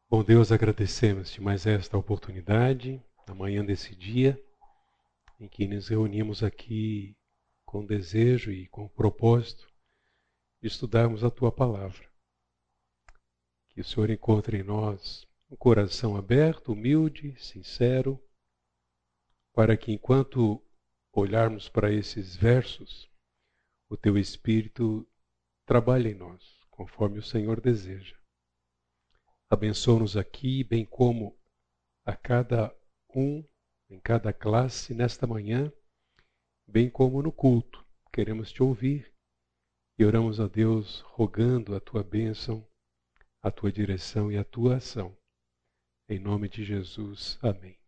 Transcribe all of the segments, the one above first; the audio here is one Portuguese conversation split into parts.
Bom Deus, agradecemos-te mais esta oportunidade, na manhã desse dia, em que nos reunimos aqui com desejo e com o propósito de estudarmos a Tua Palavra. Que o Senhor encontre em nós um coração aberto, humilde, sincero, para que enquanto olharmos para esses versos, o Teu Espírito trabalhe em nós, conforme o Senhor deseja. Abençoa-nos aqui, bem como a cada um, em cada classe, nesta manhã, bem como no culto. Queremos te ouvir e oramos a Deus rogando a tua bênção, a tua direção e a tua ação. Em nome de Jesus. Amém.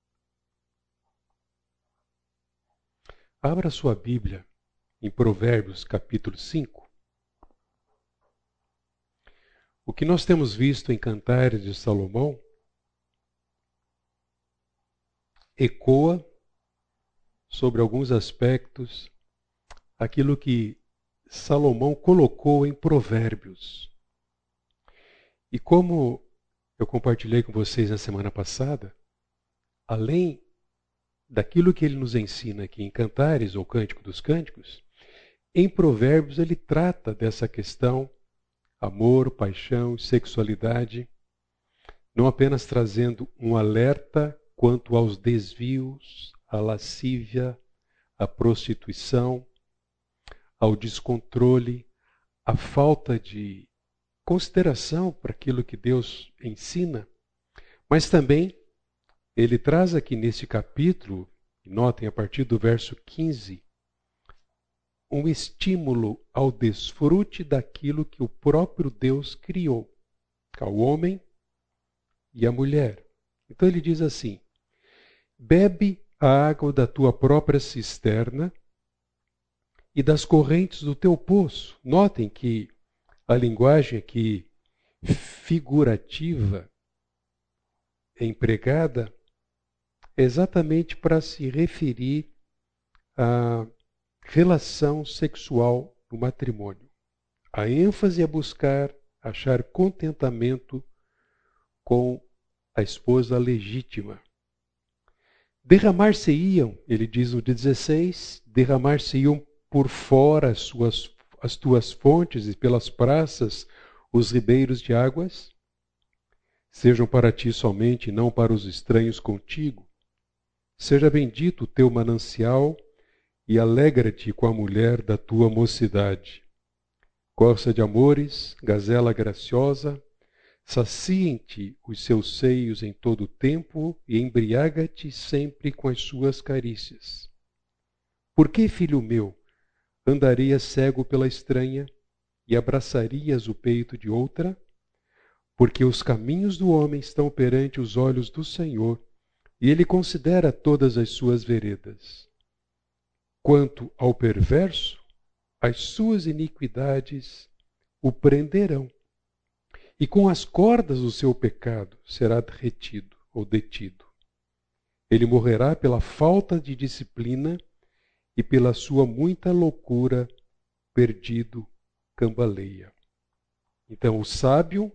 Abra sua Bíblia em Provérbios capítulo 5. O que nós temos visto em Cantares de Salomão ecoa sobre alguns aspectos aquilo que Salomão colocou em Provérbios. E como eu compartilhei com vocês na semana passada, além daquilo que ele nos ensina aqui em Cantares ou Cântico dos Cânticos, em Provérbios ele trata dessa questão amor, paixão, sexualidade, não apenas trazendo um alerta quanto aos desvios, à lascívia, à prostituição, ao descontrole, à falta de consideração para aquilo que Deus ensina, mas também ele traz aqui nesse capítulo, notem a partir do verso 15, um estímulo ao desfrute daquilo que o próprio Deus criou, ao homem e à mulher. Então ele diz assim: bebe a água da tua própria cisterna e das correntes do teu poço. Notem que a linguagem aqui figurativa empregada é exatamente para se referir à relação sexual no matrimônio. A ênfase é buscar achar contentamento com a esposa legítima. Derramar-se-iam, ele diz no 16, derramar-se-iam por fora as tuas fontes e pelas praças os ribeiros de águas? Sejam para ti somente, não para os estranhos contigo. Seja bendito o teu manancial e alegra-te com a mulher da tua mocidade. Corça de amores, gazela graciosa, saciem-te os seus seios em todo o tempo e embriaga-te sempre com as suas carícias. Por que, filho meu, andarias cego pela estranha e abraçarias o peito de outra? Porque os caminhos do homem estão perante os olhos do Senhor, e ele considera todas as suas veredas. Quanto ao perverso, as suas iniquidades o prenderão, e com as cordas do seu pecado será retido ou detido. Ele morrerá pela falta de disciplina e pela sua muita loucura, perdido, cambaleia. Então, o sábio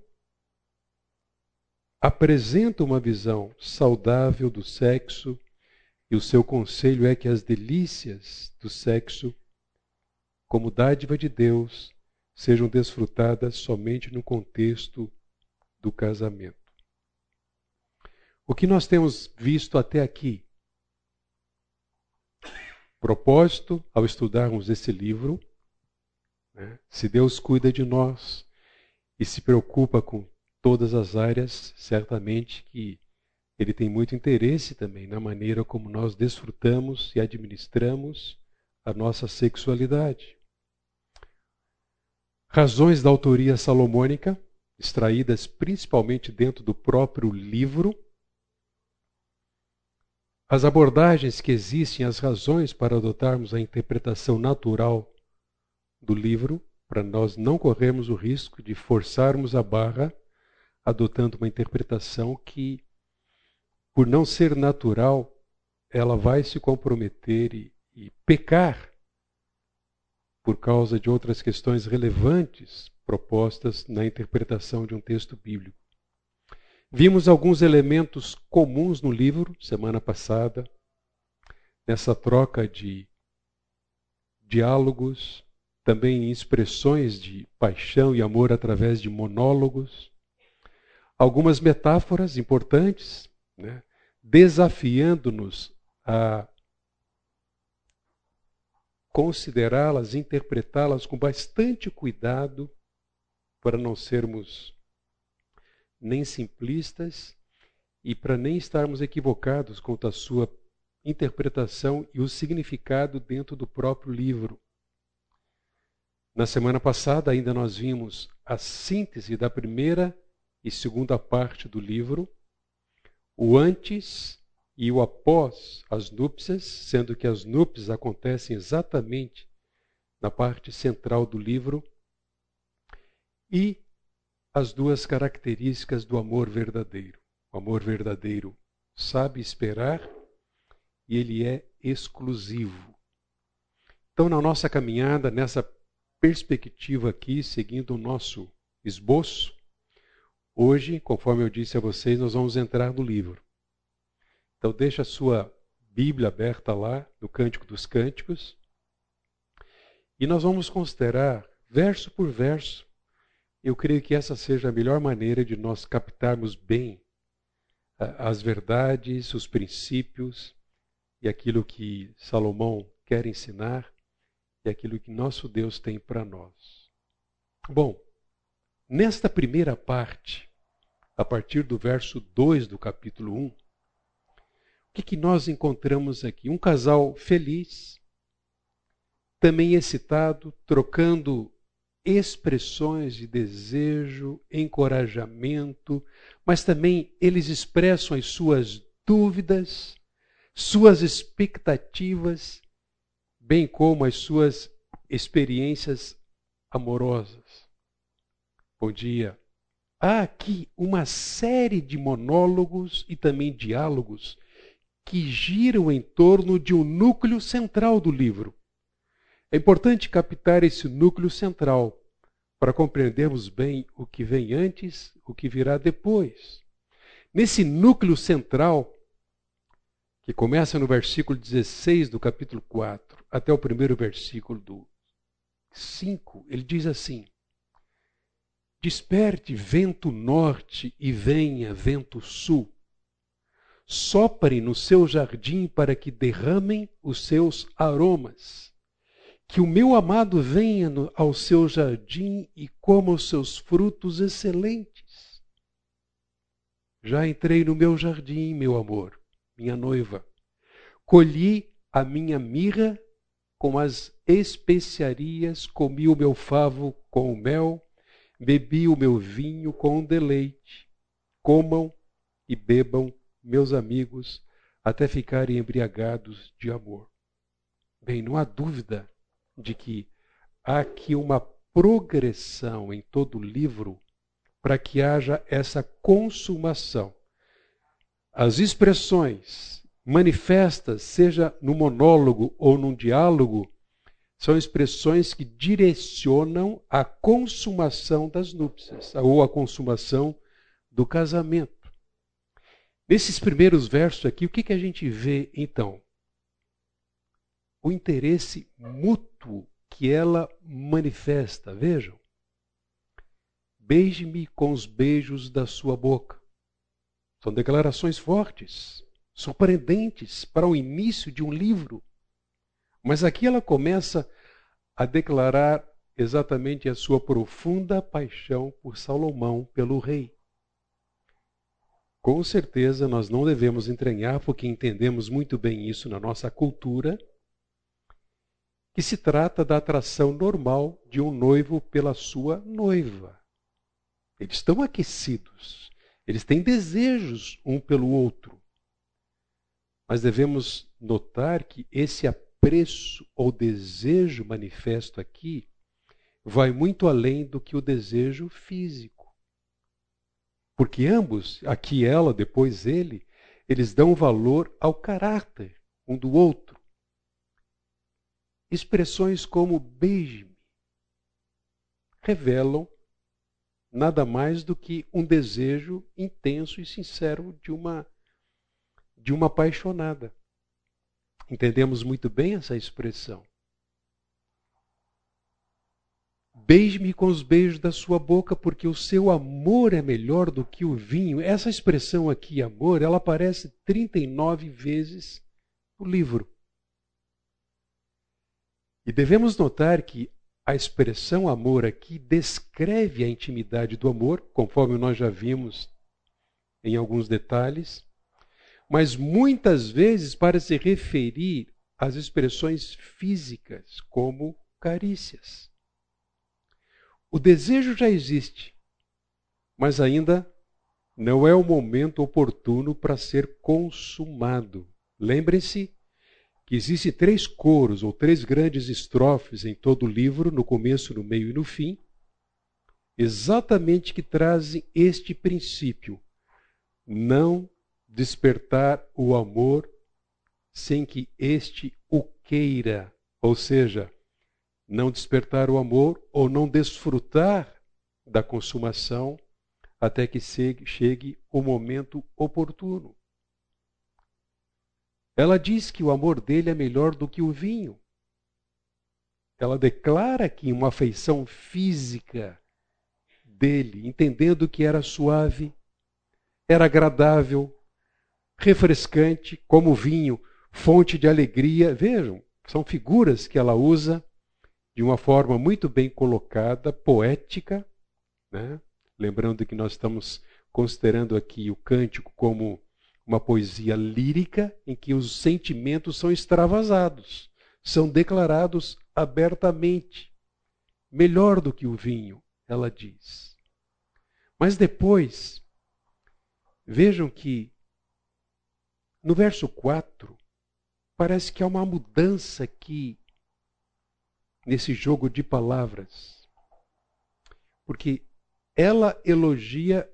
apresenta uma visão saudável do sexo, e o seu conselho é que as delícias do sexo, como dádiva de Deus, sejam desfrutadas somente no contexto do casamento. O que nós temos visto até aqui? Propósito, ao estudarmos esse livro, se Deus cuida de nós e se preocupa com todas as áreas, certamente que Ele tem muito interesse também na maneira como nós desfrutamos e administramos a nossa sexualidade. Razões da autoria salomônica, extraídas principalmente dentro do próprio livro. As abordagens que existem, as razões para adotarmos a interpretação natural do livro, para nós não corrermos o risco de forçarmos a barra, adotando uma interpretação que, por não ser natural, ela vai se comprometer e pecar por causa de outras questões relevantes propostas na interpretação de um texto bíblico. Vimos alguns elementos comuns no livro, semana passada, nessa troca de diálogos, também expressões de paixão e amor através de monólogos, algumas metáforas importantes, né, desafiando-nos a considerá-las, interpretá-las com bastante cuidado, para não sermos nem simplistas e para nem estarmos equivocados quanto à sua interpretação e o significado dentro do próprio livro. Na semana passada ainda nós vimos a síntese da primeira e segunda parte do livro, o antes e o após as núpcias, sendo que as núpcias acontecem exatamente na parte central do livro, e as duas características do amor verdadeiro. O amor verdadeiro sabe esperar e ele é exclusivo. Então, na nossa caminhada, nessa perspectiva aqui, seguindo o nosso esboço, hoje, conforme eu disse a vocês, nós vamos entrar no livro. Então, deixa a sua Bíblia aberta lá, no Cântico dos Cânticos, e nós vamos considerar, verso por verso. Eu creio que essa seja a melhor maneira de nós captarmos bem as verdades, os princípios e aquilo que Salomão quer ensinar e aquilo que nosso Deus tem para nós. Bom, nesta primeira parte, a partir do verso 2 do capítulo 1, o que nós encontramos aqui? Um casal feliz, também excitado, trocando expressões de desejo, encorajamento, mas também eles expressam as suas dúvidas, suas expectativas, bem como as suas experiências amorosas. Bom dia. Há aqui uma série de monólogos e também diálogos que giram em torno de um núcleo central do livro. É importante captar esse núcleo central para compreendermos bem o que vem antes, o que virá depois. Nesse núcleo central, que começa no versículo 16 do capítulo 4, até o primeiro versículo do 5, ele diz assim: desperte vento norte e venha vento sul. Sopre no seu jardim para que derramem os seus aromas. Que o meu amado venha ao seu jardim e coma os seus frutos excelentes. Já entrei no meu jardim, meu amor, minha noiva. Colhi a minha mirra com as especiarias, comi o meu favo com o mel, bebi o meu vinho com deleite. Comam e bebam, meus amigos, até ficarem embriagados de amor. Bem, não há dúvida de que há aqui uma progressão em todo o livro para que haja essa consumação. As expressões manifestas, seja no monólogo ou num diálogo, são expressões que direcionam a consumação das núpcias, ou a consumação do casamento. Nesses primeiros versos aqui, o que a gente vê então? O interesse mútuo que ela manifesta. Vejam. Beije-me com os beijos da sua boca. São declarações fortes, surpreendentes para o início de um livro. Mas aqui ela começa a declarar exatamente a sua profunda paixão por Salomão, pelo rei. Com certeza nós não devemos entranhar, porque entendemos muito bem isso na nossa cultura, que se trata da atração normal de um noivo pela sua noiva. Eles estão aquecidos, eles têm desejos um pelo outro. Mas devemos notar que esse apreço ou desejo manifesto aqui vai muito além do que o desejo físico. Porque ambos, aqui ela, depois ele, eles dão valor ao caráter um do outro. Expressões como beije-me revelam nada mais do que um desejo intenso e sincero de uma apaixonada. Entendemos muito bem essa expressão. Beije-me com os beijos da sua boca, porque o seu amor é melhor do que o vinho. Essa expressão aqui, amor, ela aparece 39 vezes no livro. E devemos notar que a expressão amor aqui descreve a intimidade do amor, conforme nós já vimos em alguns detalhes, mas muitas vezes para se referir às expressões físicas, como carícias. O desejo já existe, mas ainda não é o momento oportuno para ser consumado. Lembrem-se que existem 3 coros ou 3 grandes estrofes em todo o livro, no começo, no meio e no fim, exatamente que trazem este princípio: não despertar o amor sem que este o queira, ou seja, não despertar o amor ou não desfrutar da consumação até que chegue o momento oportuno. Ela diz que o amor dele é melhor do que o vinho. Ela declara que uma afeição física dele, entendendo que era suave, era agradável, refrescante, como o vinho, fonte de alegria. Vejam, são figuras que ela usa de uma forma muito bem colocada, poética, né? Lembrando que nós estamos considerando aqui o cântico como uma poesia lírica em que os sentimentos são extravasados, são declarados abertamente. Melhor do que o vinho, ela diz. Mas depois, vejam que no verso 4, parece que há uma mudança aqui nesse jogo de palavras. Porque ela elogia,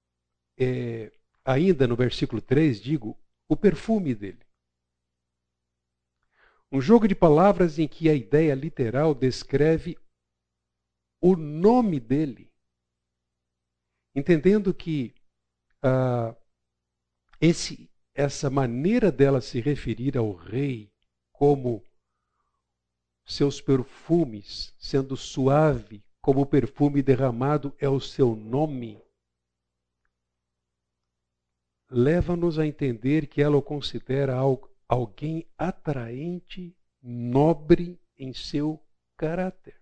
ainda no versículo 3, digo, o perfume dele. Um jogo de palavras em que a ideia literal descreve o nome dele. Entendendo que essa maneira dela se referir ao rei como seus perfumes, sendo suave como o perfume derramado é o seu nome, leva-nos a entender que ela o considera alguém atraente, nobre em seu caráter.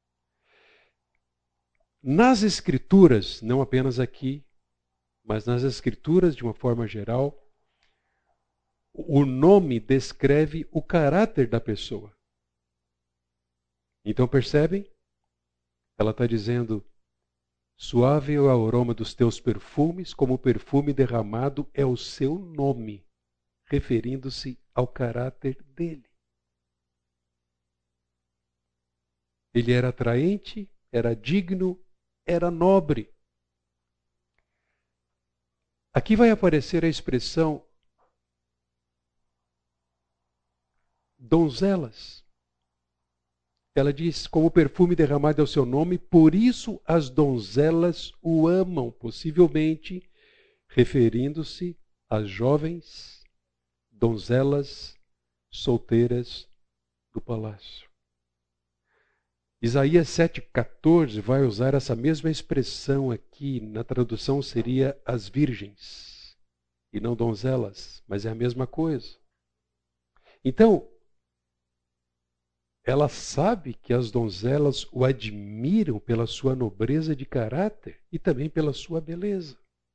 Nas Escrituras, não apenas aqui, mas nas Escrituras de uma forma geral, o nome descreve o caráter da pessoa. Então percebem? Ela está dizendo, suave é o aroma dos teus perfumes, como o perfume derramado é o seu nome, referindo-se ao caráter dele. Ele era atraente, era digno, era nobre. Aqui vai aparecer a expressão donzelas. Ela diz, como o perfume derramado é o seu nome, por isso as donzelas o amam, possivelmente referindo-se às jovens donzelas solteiras do palácio. Isaías 7,14 vai usar essa mesma expressão aqui, na tradução seria as virgens, e não donzelas, mas é a mesma coisa. Então, ela sabe que as donzelas o admiram pela sua nobreza de caráter e também pela sua beleza.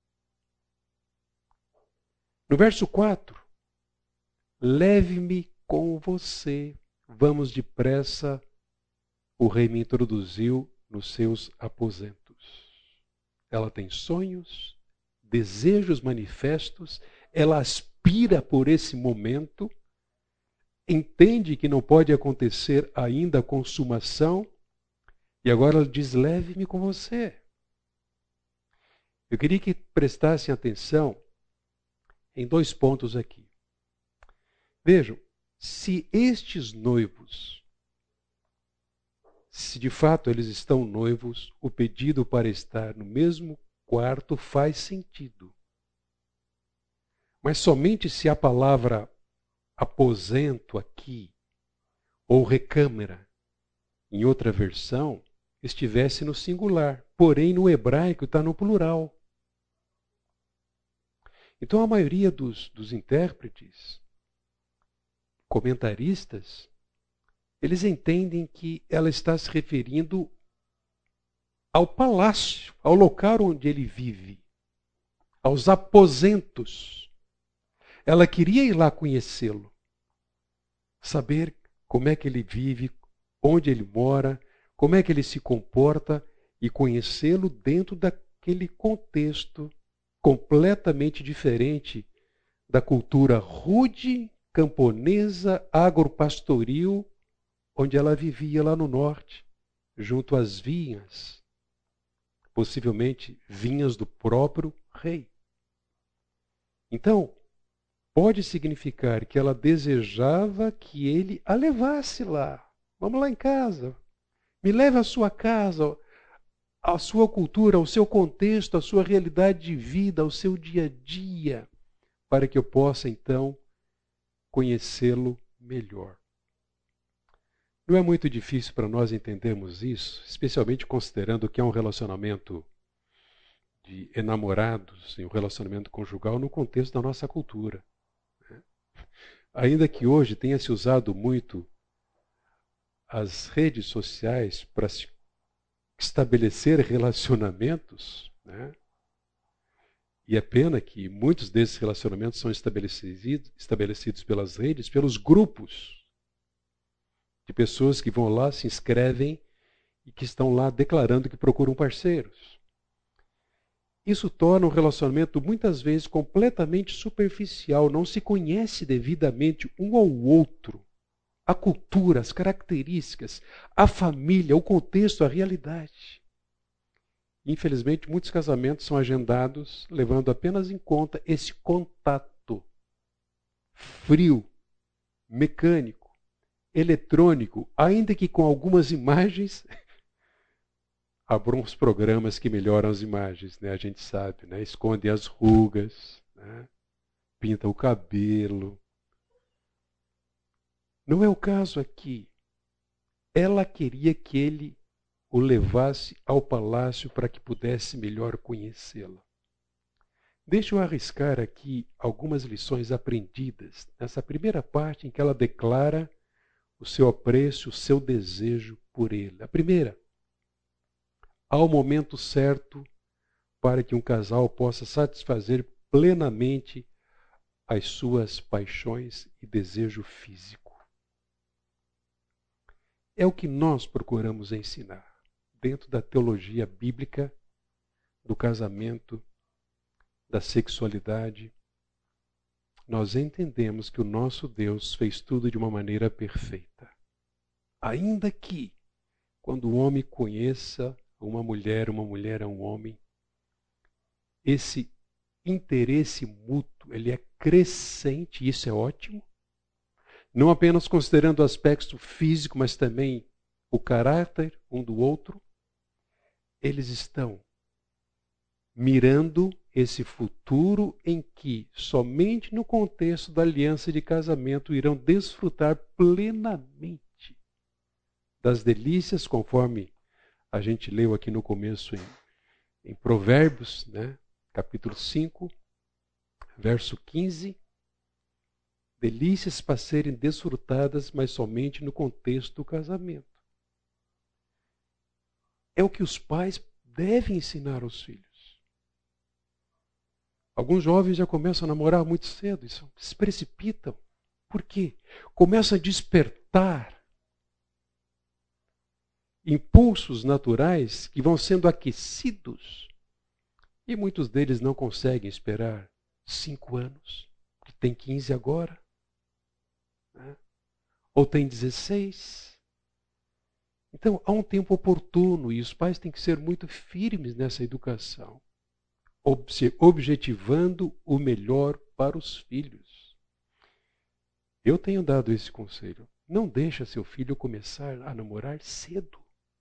No verso 4, leve-me com você, vamos depressa, o rei me introduziu nos seus aposentos. Ela tem sonhos, desejos manifestos, ela aspira por esse momento, entende que não pode acontecer ainda a consumação, e agora ela diz, leve-me com você. Eu queria que prestassem atenção em 2 pontos aqui. Vejam, se estes noivos Se de fato eles estão noivos, o pedido para estar no mesmo quarto faz sentido. Mas somente se a palavra aposento aqui, ou recâmara, em outra versão, estivesse no singular. Porém, no hebraico está no plural. Então, a maioria dos intérpretes, comentaristas, eles entendem que ela está se referindo ao palácio, ao local onde ele vive, aos aposentos. Ela queria ir lá conhecê-lo, saber como é que ele vive, onde ele mora, como é que ele se comporta e conhecê-lo dentro daquele contexto completamente diferente da cultura rude, camponesa, agropastoril, onde ela vivia lá no norte, junto às vinhas, possivelmente vinhas do próprio rei. Então, pode significar que ela desejava que ele a levasse lá. Vamos lá em casa. Me leve à sua casa, à sua cultura, ao seu contexto, à sua realidade de vida, ao seu dia a dia, para que eu possa, então, conhecê-lo melhor. Não é muito difícil para nós entendermos isso, especialmente considerando que é um relacionamento de enamorados, um relacionamento conjugal no contexto da nossa cultura. Ainda que hoje tenha se usado muito as redes sociais para se estabelecer relacionamentos, né? E é pena que muitos desses relacionamentos são estabelecidos pelas redes, pelos grupos de pessoas que vão lá, se inscrevem e que estão lá declarando que procuram parceiros. Isso torna o relacionamento muitas vezes completamente superficial, não se conhece devidamente um ao outro. A cultura, as características, a família, o contexto, a realidade. Infelizmente, muitos casamentos são agendados levando apenas em conta esse contato frio, mecânico, eletrônico, ainda que com algumas imagens. Há bons programas que melhoram as imagens, né? A gente sabe, né? Esconde as rugas, né? Pinta o cabelo. Não é o caso aqui. Ela queria que ele o levasse ao palácio para que pudesse melhor conhecê-la. Deixa eu arriscar aqui algumas lições aprendidas nessa primeira parte em que ela declara o seu apreço, o seu desejo por ele. A primeira, há o momento certo para que um casal possa satisfazer plenamente as suas paixões e desejo físico. É o que nós procuramos ensinar dentro da teologia bíblica, do casamento, da sexualidade. Nós entendemos que o nosso Deus fez tudo de uma maneira perfeita. Ainda que, quando o homem conheça uma mulher a um homem, esse interesse mútuo, ele é crescente, e isso é ótimo. Não apenas considerando o aspecto físico, mas também o caráter um do outro. Eles estão mirando esse futuro em que, somente no contexto da aliança de casamento, irão desfrutar plenamente das delícias, conforme a gente leu aqui no começo em Provérbios, né? Capítulo 5, verso 15. Delícias para serem desfrutadas, mas somente no contexto do casamento. É o que os pais devem ensinar aos filhos. Alguns jovens já começam a namorar muito cedo, se precipitam. Por quê? Começam a despertar impulsos naturais que vão sendo aquecidos. E muitos deles não conseguem esperar 5 anos, que tem 15 agora, né? Ou tem 16. Então, há um tempo oportuno e os pais têm que ser muito firmes nessa educação, objetivando o melhor para os filhos. Eu tenho dado esse conselho. Não deixa seu filho começar a namorar cedo.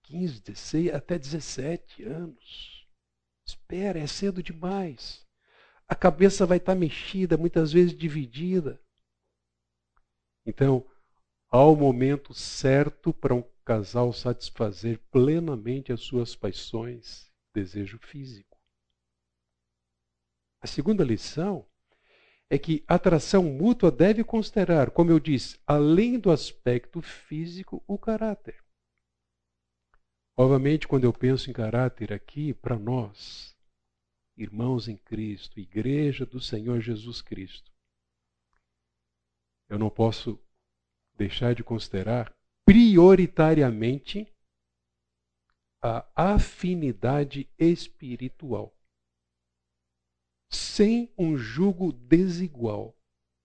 15, 16, até 17 anos. Espera, é cedo demais. A cabeça vai estar mexida, muitas vezes dividida. Então, há o momento certo para um casal satisfazer plenamente as suas paixões, desejo físico. A segunda lição é que a atração mútua deve considerar, como eu disse, além do aspecto físico, o caráter. Obviamente, quando eu penso em caráter aqui, para nós, irmãos em Cristo, Igreja do Senhor Jesus Cristo, eu não posso deixar de considerar prioritariamente a afinidade espiritual, sem um jugo desigual,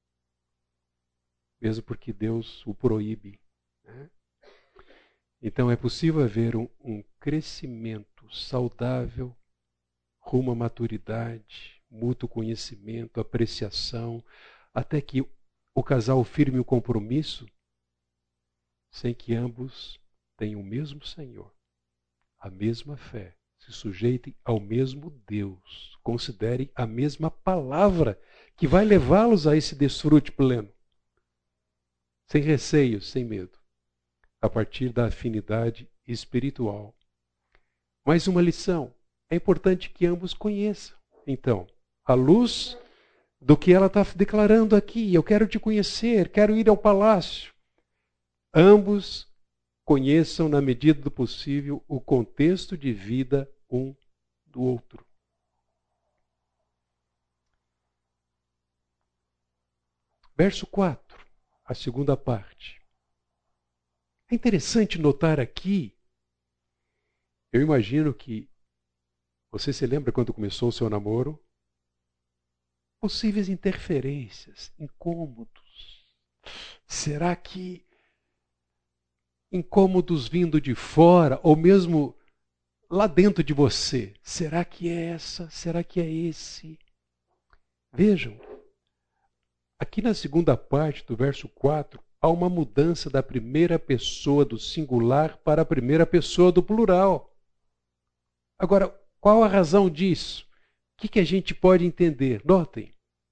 mesmo porque Deus o proíbe, né? Então é possível haver um crescimento saudável rumo à maturidade, mútuo conhecimento, apreciação, até que o casal firme o compromisso, sem que ambos tenham o mesmo Senhor, a mesma fé, se sujeitem ao mesmo Deus, considerem a mesma palavra que vai levá-los a esse desfrute pleno, sem receios, sem medo, a partir da afinidade espiritual. Mais uma lição, é importante que ambos conheçam. Então, à luz do que ela está declarando aqui, eu quero te conhecer, quero ir ao palácio. Ambos conheçam, na medida do possível, o contexto de vida um do outro. Verso 4, a segunda parte. É interessante notar aqui, eu imagino que você se lembra quando começou o seu namoro? Possíveis interferências, incômodos. Será que incômodos vindo de fora, ou mesmo lá dentro de você? Será que é essa? Será que é esse? Vejam, aqui na segunda parte do verso 4, há uma mudança da primeira pessoa do singular para a primeira pessoa do plural. Agora, qual a razão disso? O que a gente pode entender? Notem.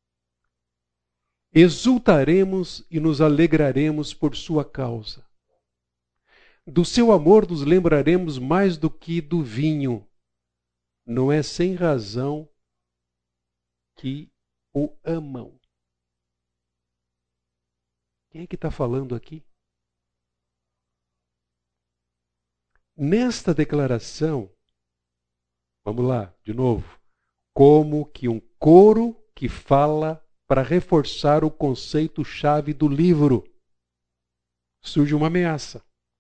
Exultaremos e nos alegraremos por sua causa. Do seu amor nos lembraremos mais do que do vinho. Não é sem razão que o amam. Quem é que está falando aqui? Nesta declaração, vamos lá, de novo. Como que um coro que fala para reforçar o conceito-chave do livro. Surge uma ameaça.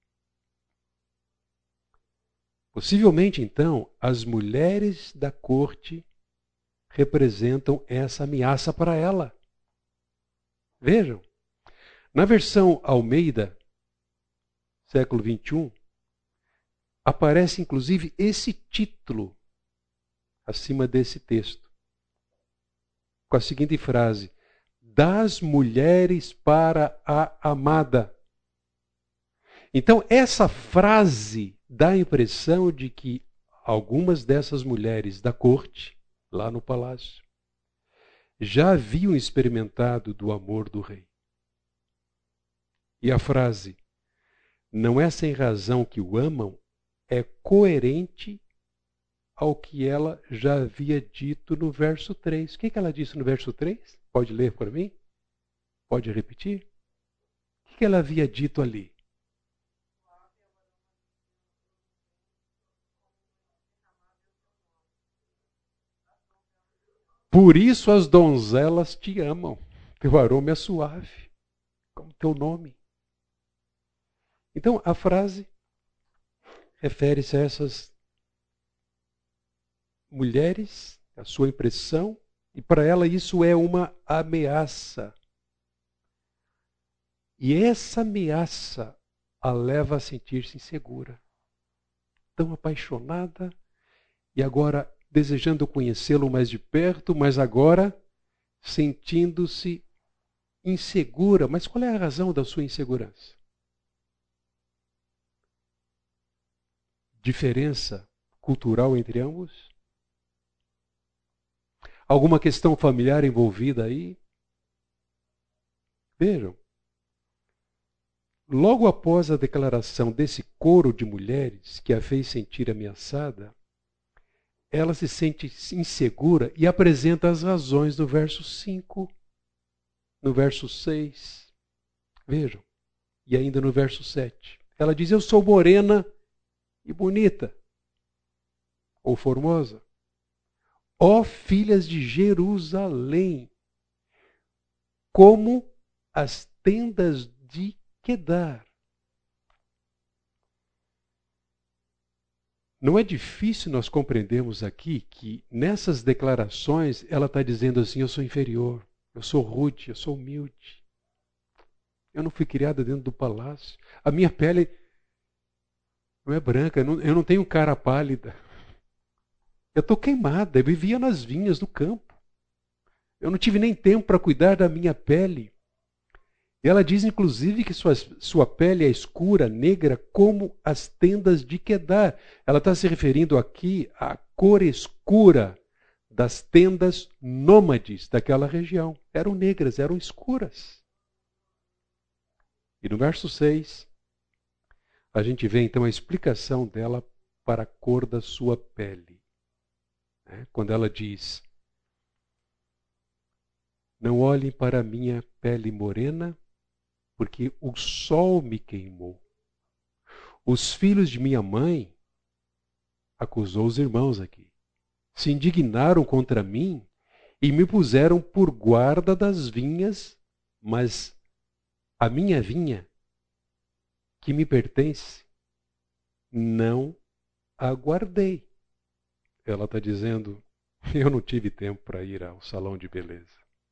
Possivelmente, então, as mulheres da corte representam essa ameaça para ela. Vejam, na versão Almeida, século 21, aparece inclusive esse título acima desse texto, com a seguinte frase: das mulheres para a amada. Então, essa frase dá a impressão de que algumas dessas mulheres da corte, lá no palácio, já haviam experimentado do amor do rei. E a frase, não é sem razão que o amam, é coerente ao que ela já havia dito no verso 3. O que ela disse no verso 3? Pode ler para mim? Pode repetir? O que ela havia dito ali? Por isso as donzelas te amam. Teu aroma é suave, como teu nome. Então, a frase refere-se a essas mulheres, a sua impressão, e para ela isso é uma ameaça. E essa ameaça a leva a sentir-se insegura, tão apaixonada, e agora desejando conhecê-lo mais de perto, mas agora sentindo-se insegura. Mas qual é a razão da sua insegurança? diferença cultural entre ambos? Alguma questão familiar envolvida aí? Vejam, logo após a declaração desse coro de mulheres que a fez sentir ameaçada, ela se sente insegura e apresenta as razões no verso 5, no verso 6. Vejam, e ainda no verso 7. Ela diz: eu sou morena e bonita, ou formosa. Ó filhas de Jerusalém, como as tendas de Quedar. Não é difícil nós compreendermos aqui que nessas declarações ela está dizendo assim: eu sou inferior, eu sou rude, eu sou humilde. Eu não fui criada dentro do palácio. A minha pele não é branca, eu não tenho cara pálida. Eu estou queimada, eu vivia nas vinhas do campo. Eu não tive nem tempo para cuidar da minha pele. E ela diz, inclusive, que sua pele é escura, negra, como as tendas de Quedar. Ela está se referindo aqui à cor escura das tendas nômades daquela região. Eram negras, eram escuras. E no verso 6, a gente vê então a explicação dela para a cor da sua pele. Quando ela diz: não olhem para a minha pele morena, porque o sol me queimou. Os filhos de minha mãe, acusou os irmãos aqui, se indignaram contra mim e me puseram por guarda das vinhas, mas a minha vinha, que me pertence, não a guardei. Ela está dizendo: eu não tive tempo para ir ao salão de beleza.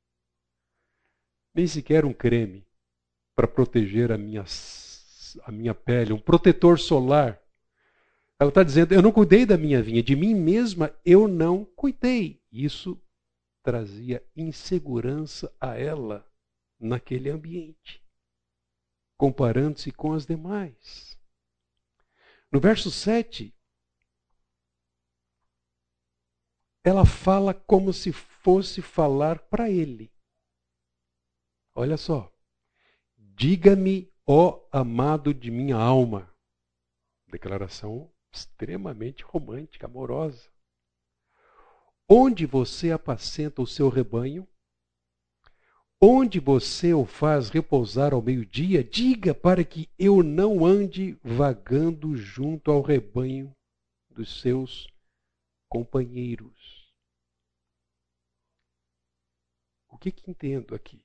Nem sequer um creme para proteger a minha pele, um protetor solar. Ela está dizendo: eu não cuidei da minha vinha, de mim mesma eu não cuidei. Isso trazia insegurança a ela naquele ambiente, comparando-se com as demais. No verso 7, ela fala como se fosse falar para ele. Olha só. Diga-me, ó amado de minha alma. Declaração extremamente romântica, amorosa. Onde você apacenta o seu rebanho? Onde você o faz repousar ao meio-dia? Diga para que eu não ande vagando junto ao rebanho dos seus companheiros. O que entendo aqui?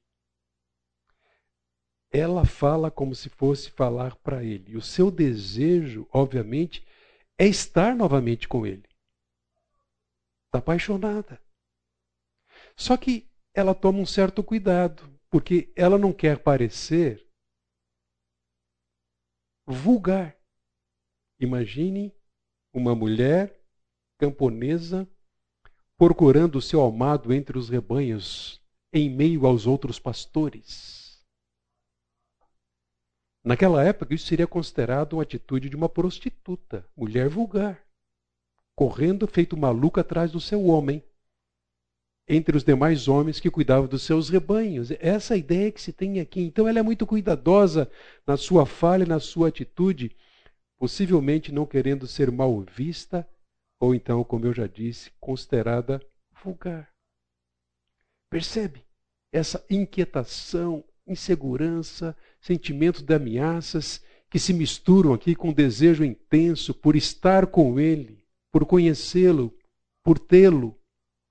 Ela fala como se fosse falar para ele. E o seu desejo, obviamente, é estar novamente com ele. Está apaixonada. Só que ela toma um certo cuidado, porque ela não quer parecer vulgar. Imagine uma mulher camponesa procurando o seu amado entre os rebanhos, em meio aos outros pastores. Naquela época, isso seria considerado uma atitude de uma prostituta, mulher vulgar, correndo feito maluca atrás do seu homem, entre os demais homens que cuidavam dos seus rebanhos. Essa é a ideia que se tem aqui. Então ela é muito cuidadosa na sua fala e na sua atitude, possivelmente não querendo ser mal vista, ou então, como eu já disse, considerada vulgar. Percebe essa inquietação, insegurança, sentimento de ameaças que se misturam aqui com desejo intenso por estar com ele, por conhecê-lo, por tê-lo.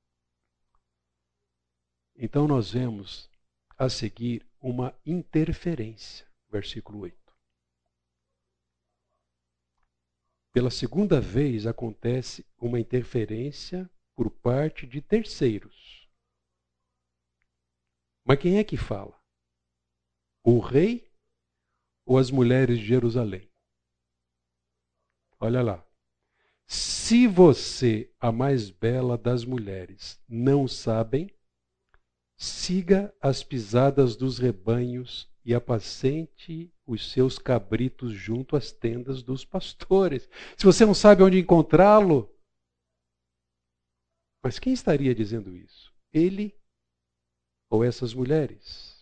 Então nós vemos a seguir uma interferência, versículo 8. Pela segunda vez acontece uma interferência por parte de terceiros. Mas quem é que fala? O rei ou as mulheres de Jerusalém? Olha lá. Se você, a mais bela das mulheres, não sabem, siga as pisadas dos rebanhos e apacente os seus cabritos junto às tendas dos pastores. Se você não sabe onde encontrá-lo, mas quem estaria dizendo isso? Ele ou essas mulheres?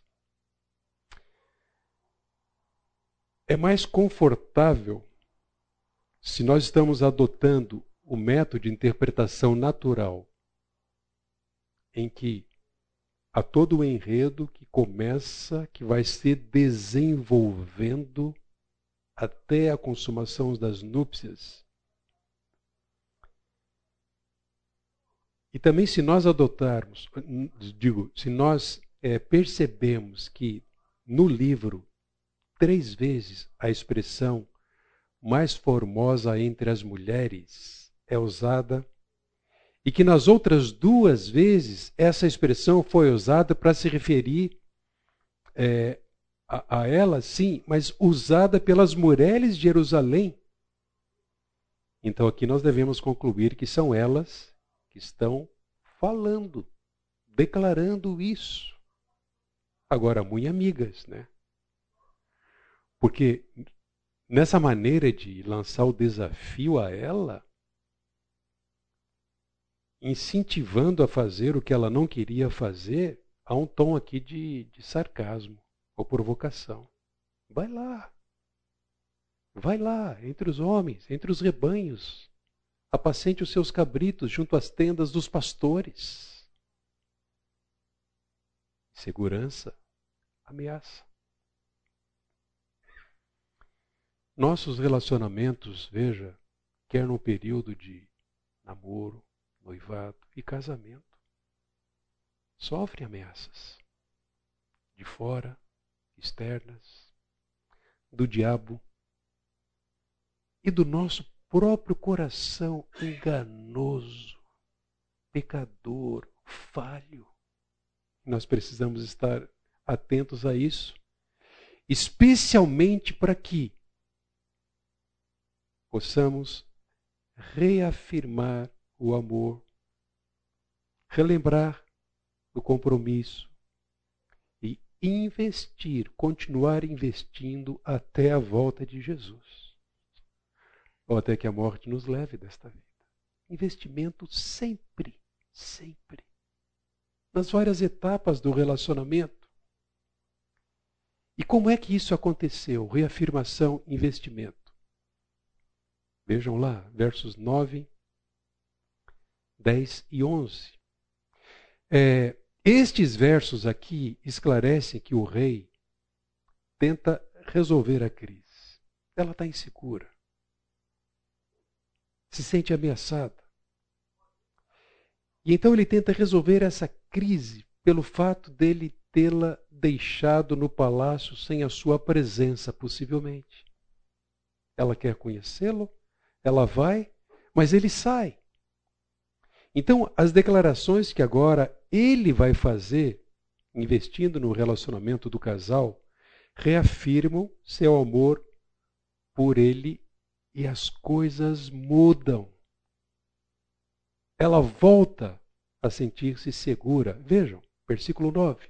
É mais confortável se nós estamos adotando o método de interpretação natural, em que há todo o enredo que começa, que vai se desenvolvendo até a consumação das núpcias. E também se nós adotarmos, se nós percebemos que no livro 3 vezes a expressão mais formosa entre as mulheres é usada, e que nas outras 2 vezes essa expressão foi usada para se referir a ela, sim, mas usada pelas mulheres de Jerusalém. Então aqui nós devemos concluir que são elas que estão falando, declarando isso. Agora, muito amigas, né? Porque nessa maneira de lançar o desafio a ela, incentivando a fazer o que ela não queria fazer, há um tom aqui de sarcasmo ou provocação. Vai lá, entre os homens, entre os rebanhos, apacente os seus cabritos junto às tendas dos pastores. Segurança, ameaça. Nossos relacionamentos, veja, quer no período de namoro, noivado e casamento, sofrem ameaças de fora, externas, do diabo e do nosso próprio coração enganoso, pecador, falho. Nós precisamos estar atentos a isso, especialmente para que possamos reafirmar o amor, relembrar o compromisso e investir, continuar investindo até a volta de Jesus. Ou até que a morte nos leve desta vida. Investimento sempre, sempre. Nas várias etapas do relacionamento. E como é que isso aconteceu? Reafirmação, investimento. Vejam lá, versos 9, 10 e 11. Estes versos aqui esclarecem que o rei tenta resolver a crise. Ela está insegura. Se sente ameaçada. E então ele tenta resolver essa crise pelo fato dele tê-la deixado no palácio sem a sua presença, possivelmente. Ela quer conhecê-lo, ela vai, mas ele sai. Então, as declarações que agora ele vai fazer, investindo no relacionamento do casal, reafirmam seu amor por ele e as coisas mudam. Ela volta a sentir-se segura. Vejam, versículo 9.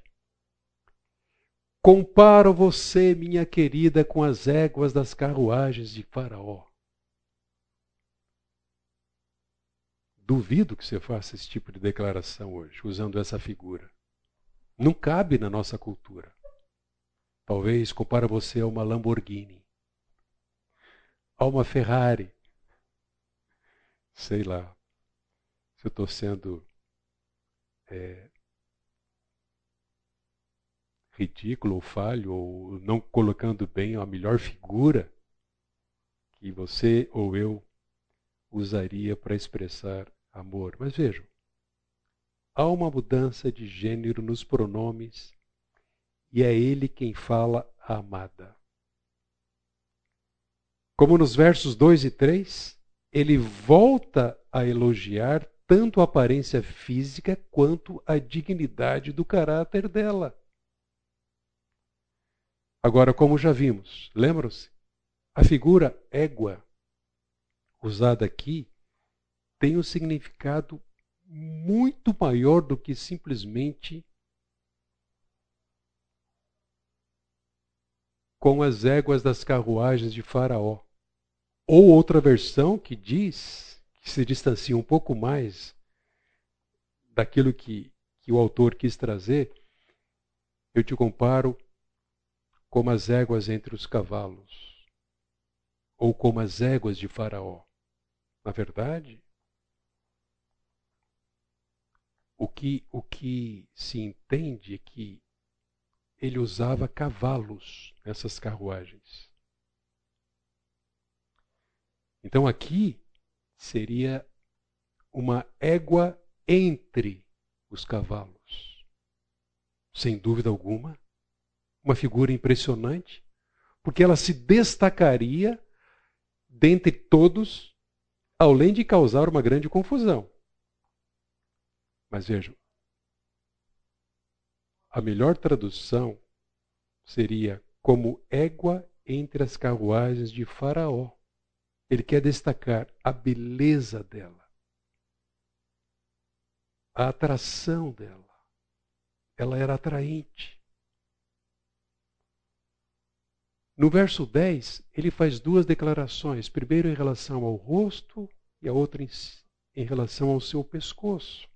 Comparo você, minha querida, com as éguas das carruagens de Faraó. Duvido que você faça esse tipo de declaração hoje, usando essa figura. Não cabe na nossa cultura. Talvez compara você a uma Lamborghini, a uma Ferrari. Sei lá, se eu estou sendo ridículo ou falho, ou não colocando bem a melhor figura que você ou eu usaria para expressar amor. Mas vejam, há uma mudança de gênero nos pronomes e é ele quem fala a amada. Como nos versos 2 e 3, ele volta a elogiar tanto a aparência física quanto a dignidade do caráter dela. Agora, como já vimos, lembram-se? A figura égua, usada aqui, tem um significado muito maior do que simplesmente com as éguas das carruagens de Faraó. Ou outra versão que diz, que se distancia um pouco mais daquilo que o autor quis trazer, eu te comparo como as éguas entre os cavalos, ou como as éguas de Faraó. Na verdade, o que se entende é que ele usava cavalos nessas carruagens. Então aqui seria uma égua entre os cavalos. Sem dúvida alguma, uma figura impressionante, porque ela se destacaria dentre todos, além de causar uma grande confusão. Mas vejam, a melhor tradução seria como égua entre as carruagens de Faraó. Ele quer destacar a beleza dela, a atração dela. Ela era atraente. No verso 10, ele faz duas declarações. Primeiro em relação ao rosto e a outra em relação ao seu pescoço.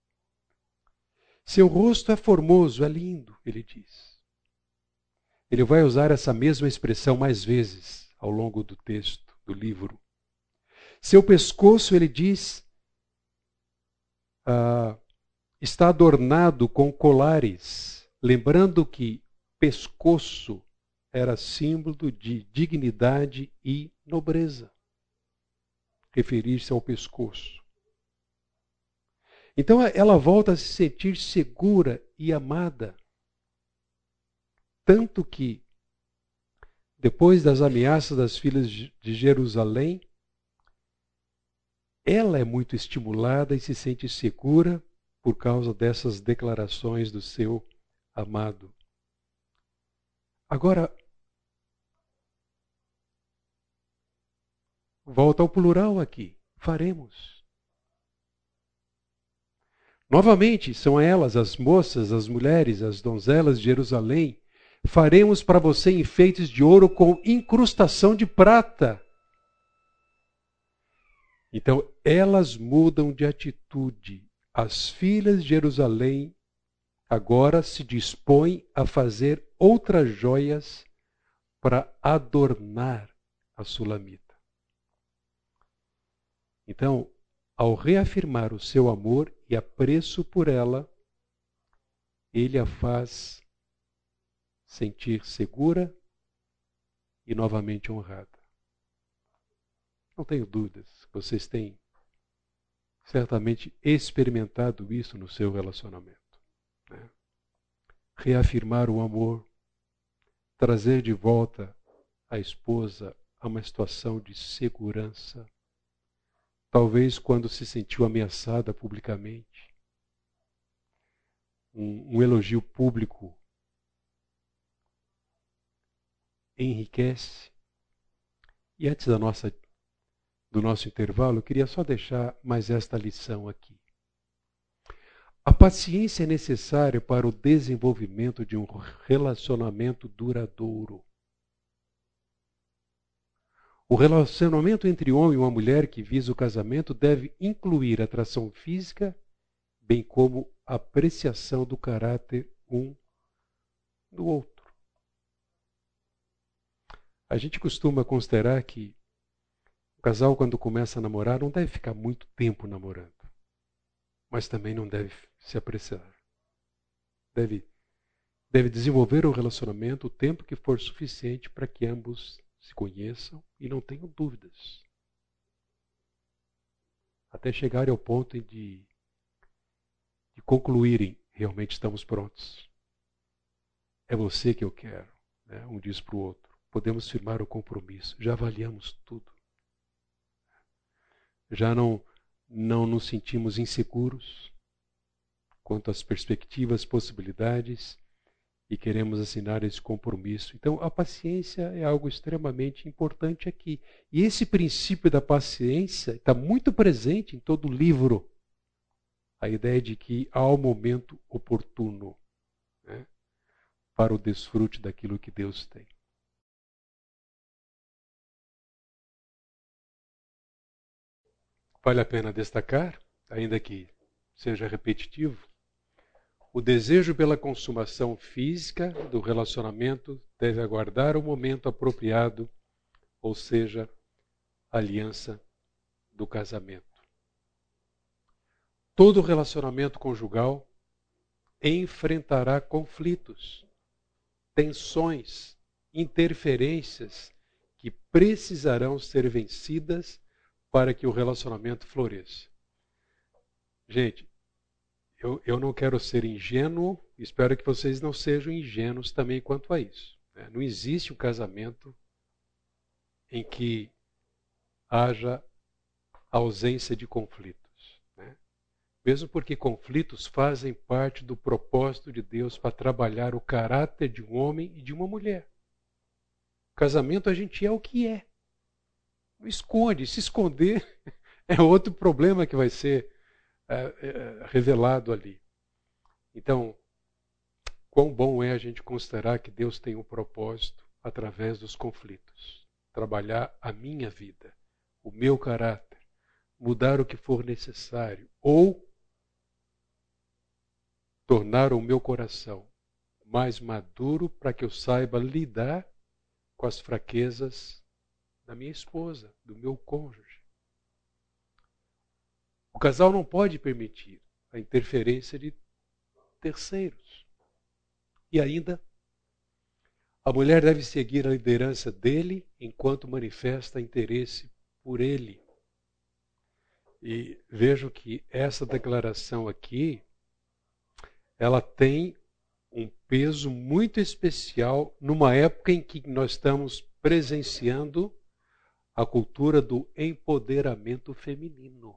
Seu rosto é formoso, é lindo, ele diz. Ele vai usar essa mesma expressão mais vezes ao longo do texto, do livro. Seu pescoço, ele diz, está adornado com colares, lembrando que pescoço era símbolo de dignidade e nobreza. Referir-se ao pescoço. Então ela volta a se sentir segura e amada. Tanto que, depois das ameaças das filhas de Jerusalém, ela é muito estimulada e se sente segura por causa dessas declarações do seu amado. Agora, volta ao plural aqui. Faremos. Novamente, são elas, as moças, as mulheres, as donzelas de Jerusalém. Faremos para você enfeites de ouro com incrustação de prata. Então, elas mudam de atitude. As filhas de Jerusalém agora se dispõem a fazer outras joias para adornar a Sulamita. Então, ao reafirmar o seu amor e apreço por ela, ele a faz sentir segura e novamente honrada. Não tenho dúvidas, vocês têm certamente experimentado isso no seu relacionamento. Né? Reafirmar o amor, trazer de volta a esposa a uma situação de segurança, talvez quando se sentiu ameaçada publicamente. Um elogio público enriquece. E antes do nosso intervalo, eu queria só deixar mais esta lição aqui. A paciência é necessária para o desenvolvimento de um relacionamento duradouro. O relacionamento entre homem e uma mulher que visa o casamento deve incluir atração física, bem como apreciação do caráter um do outro. A gente costuma considerar que o casal, quando começa a namorar, não deve ficar muito tempo namorando, mas também não deve se apressar. Deve desenvolver o relacionamento o tempo que for suficiente para que ambos se conheçam e não tenham dúvidas. Até chegarem ao ponto de concluírem, realmente estamos prontos. É você que eu quero, né? Um diz para o outro. Podemos firmar o compromisso, já avaliamos tudo. Já não nos sentimos inseguros quanto às perspectivas, possibilidades, e queremos assinar esse compromisso. Então, a paciência é algo extremamente importante aqui. E esse princípio da paciência está muito presente em todo o livro. A ideia de que há o momento oportuno, né, para o desfrute daquilo que Deus tem. vale a pena destacar, ainda que seja repetitivo, o desejo pela consumação física do relacionamento deve aguardar o momento apropriado, ou seja, a aliança do casamento. Todo relacionamento conjugal enfrentará conflitos, tensões, interferências que precisarão ser vencidas para que o relacionamento floresça. Gente, eu não quero ser ingênuo, espero que vocês não sejam ingênuos também quanto a isso. Não existe um casamento em que haja ausência de conflitos. Mesmo porque conflitos fazem parte do propósito de Deus para trabalhar o caráter de um homem e de uma mulher. O casamento a gente é o que é. Não esconde. Se esconder é outro problema que vai ser revelado ali. Então, quão bom é a gente considerar que Deus tem um propósito através dos conflitos. Trabalhar a minha vida, o meu caráter, mudar o que for necessário, ou tornar o meu coração mais maduro para que eu saiba lidar com as fraquezas da minha esposa, do meu cônjuge. O casal não pode permitir a interferência de terceiros. E ainda, a mulher deve seguir a liderança dele enquanto manifesta interesse por ele. E vejo que essa declaração aqui, ela tem um peso muito especial numa época em que nós estamos presenciando a cultura do empoderamento feminino.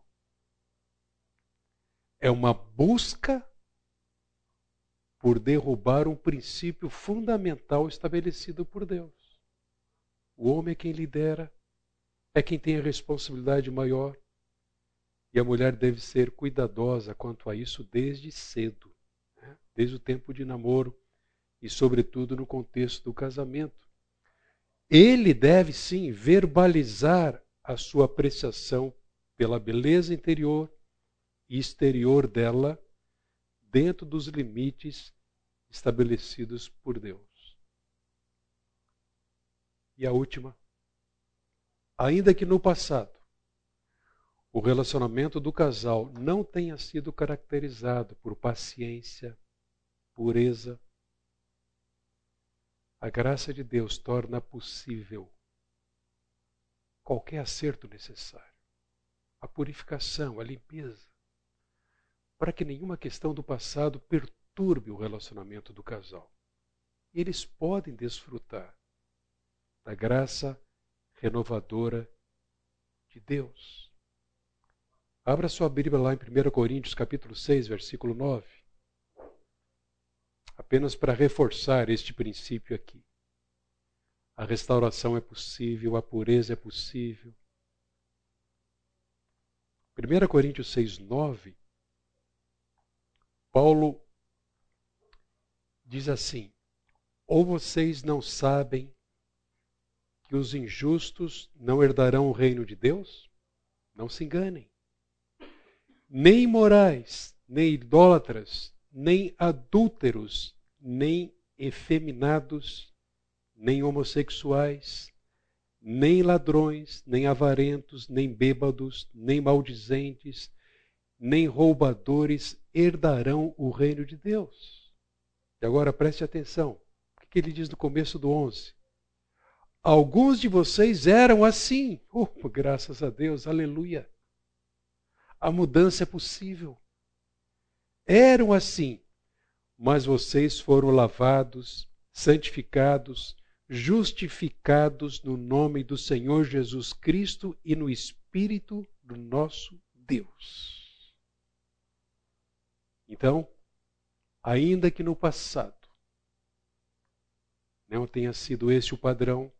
É uma busca por derrubar um princípio fundamental estabelecido por Deus. O homem é quem lidera, é quem tem a responsabilidade maior, e a mulher deve ser cuidadosa quanto a isso desde cedo. Desde o tempo de namoro e, sobretudo, no contexto do casamento. Ele deve, sim, verbalizar a sua apreciação pela beleza interior e exterior dela, dentro dos limites estabelecidos por Deus. E a última, ainda que no passado o relacionamento do casal não tenha sido caracterizado por paciência, pureza, a graça de Deus torna possível qualquer acerto necessário, a purificação, a limpeza, para que nenhuma questão do passado perturbe o relacionamento do casal. Eles podem desfrutar da graça renovadora de Deus. Abra sua Bíblia lá em 1 Coríntios capítulo 6, versículo 9. Apenas para reforçar este princípio aqui. A restauração é possível, a pureza é possível. 1 Coríntios 6, 9, Paulo diz assim: ou vocês não sabem que os injustos não herdarão o reino de Deus? Não se enganem. Nem imorais, nem idólatras, nem adúlteros, nem efeminados, nem homossexuais, nem ladrões, nem avarentos, nem bêbados, nem maldizentes, nem roubadores herdarão o reino de Deus. E agora preste atenção. O que ele diz no começo do 11? Alguns de vocês eram assim. Oh, graças a Deus, aleluia. A mudança é possível. Eram assim, mas vocês foram lavados, santificados, justificados no nome do Senhor Jesus Cristo e no Espírito do nosso Deus. Então, ainda que no passado não tenha sido esse o padrão,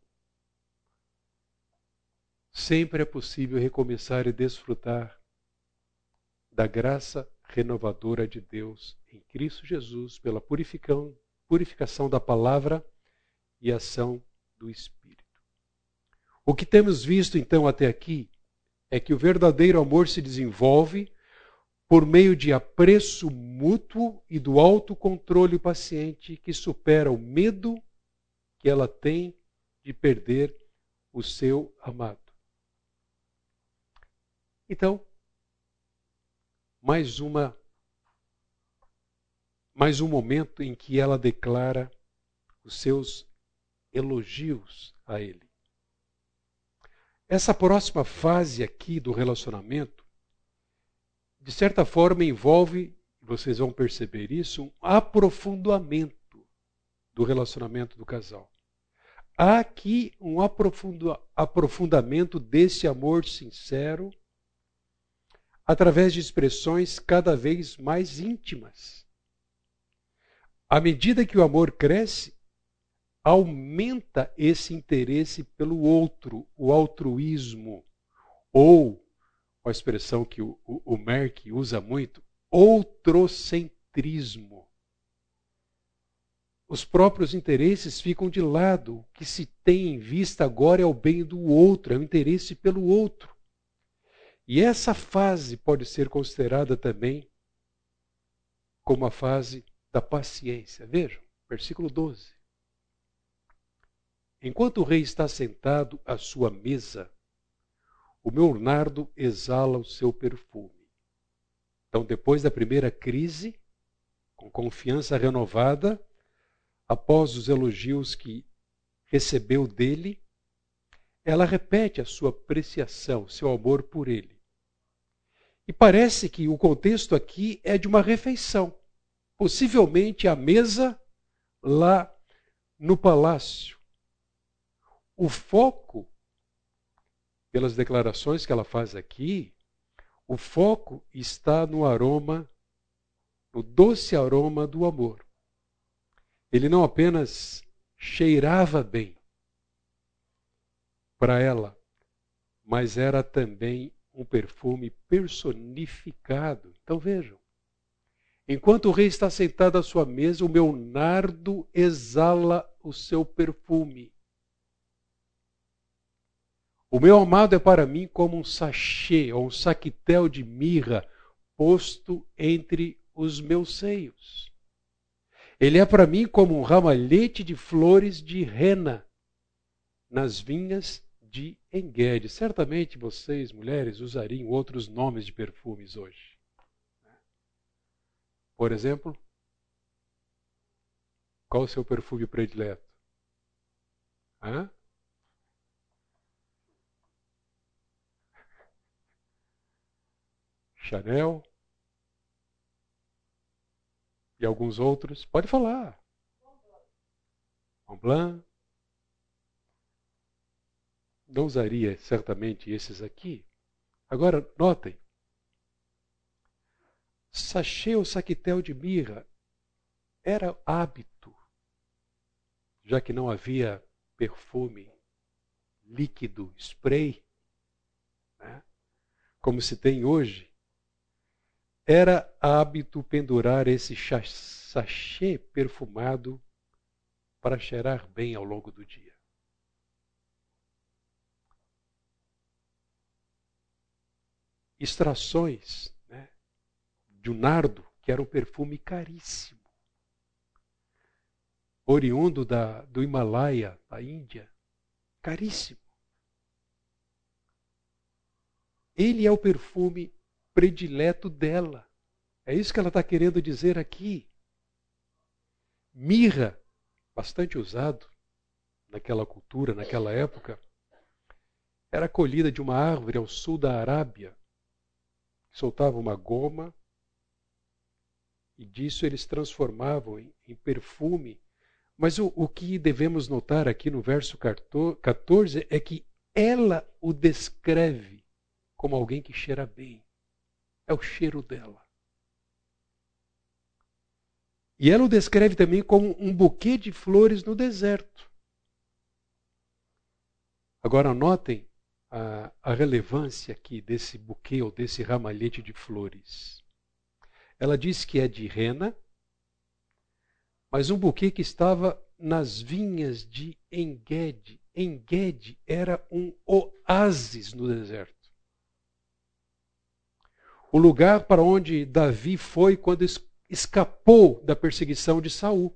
sempre é possível recomeçar e desfrutar da graça renovadora de Deus em Cristo Jesus pela purificação da palavra e ação do Espírito. O que temos visto então até aqui é que o verdadeiro amor se desenvolve por meio de apreço mútuo e do autocontrole paciente que supera o medo que ela tem de perder o seu amado. Então, mais um momento em que ela declara os seus elogios a ele. Essa próxima fase aqui do relacionamento, de certa forma, envolve, vocês vão perceber isso, um aprofundamento do relacionamento do casal. Há aqui um aprofundamento desse amor sincero através de expressões cada vez mais íntimas. À medida que o amor cresce, aumenta esse interesse pelo outro, o altruísmo, ou, a expressão que o Merck usa muito, outrocentrismo. Os próprios interesses ficam de lado. O que se tem em vista agora é o bem do outro, é o interesse pelo outro. E essa fase pode ser considerada também como a fase da paciência. Vejam, versículo 12. Enquanto o rei está sentado à sua mesa, o meu nardo exala o seu perfume. Então, depois da primeira crise, com confiança renovada, após os elogios que recebeu dele, ela repete a sua apreciação, seu amor por ele. E parece que o contexto aqui é de uma refeição, possivelmente à mesa lá no palácio. O foco, pelas declarações que ela faz aqui, o foco está no aroma, no doce aroma do amor. Ele não apenas cheirava bem para ela, mas era também um perfume personificado. Então vejam, enquanto o rei está sentado à sua mesa, o meu nardo exala o seu perfume. O meu amado é para mim como um sachê ou um saquetel de mirra posto entre os meus seios. Ele é para mim como um ramalhete de flores de rena nas vinhas de Engedi. Certamente vocês, mulheres, usariam outros nomes de perfumes hoje. Por exemplo, qual o seu perfume predileto? Hã? Chanel? E alguns outros? Pode falar. Montblanc. Não usaria certamente esses aqui. Agora, notem. Sachê ou saquetel de mirra era hábito, já que não havia perfume líquido, spray, né? Como se tem hoje. Era hábito pendurar esse sachê perfumado para cheirar bem ao longo do dia. Extrações, né, de um nardo, que era um perfume caríssimo, oriundo do Himalaia, da Índia, caríssimo. Ele é o perfume predileto dela. É isso que ela está querendo dizer aqui. Mirra, bastante usado naquela cultura, naquela época, era colhida de uma árvore ao sul da Arábia. Soltava uma goma e disso eles transformavam em perfume. Mas o que devemos notar aqui no verso 14 é que ela o descreve como alguém que cheira bem. É o cheiro dela. E ela o descreve também como um buquê de flores no deserto. Agora notem a relevância aqui desse buquê ou desse ramalhete de flores. Ela diz que é de rena, mas um buquê que estava nas vinhas de Engedi. Engedi era um oásis no deserto. o lugar para onde Davi foi quando escapou da perseguição de Saul.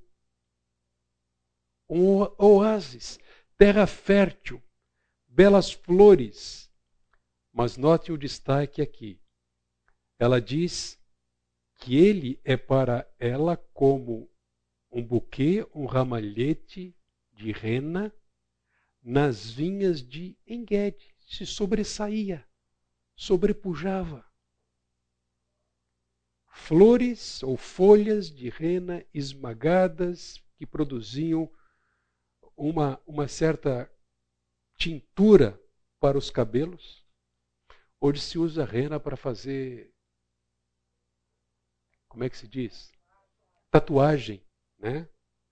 Um oásis, terra fértil, belas flores. Mas note o destaque aqui. Ela diz que ele é para ela como um buquê, um ramalhete de rena nas vinhas de Engedi. Se sobressaía, sobrepujava. Flores ou folhas de rena esmagadas que produziam uma certa tintura para os cabelos. Hoje se usa rena para fazer, como é que se diz? Tatuagem, né?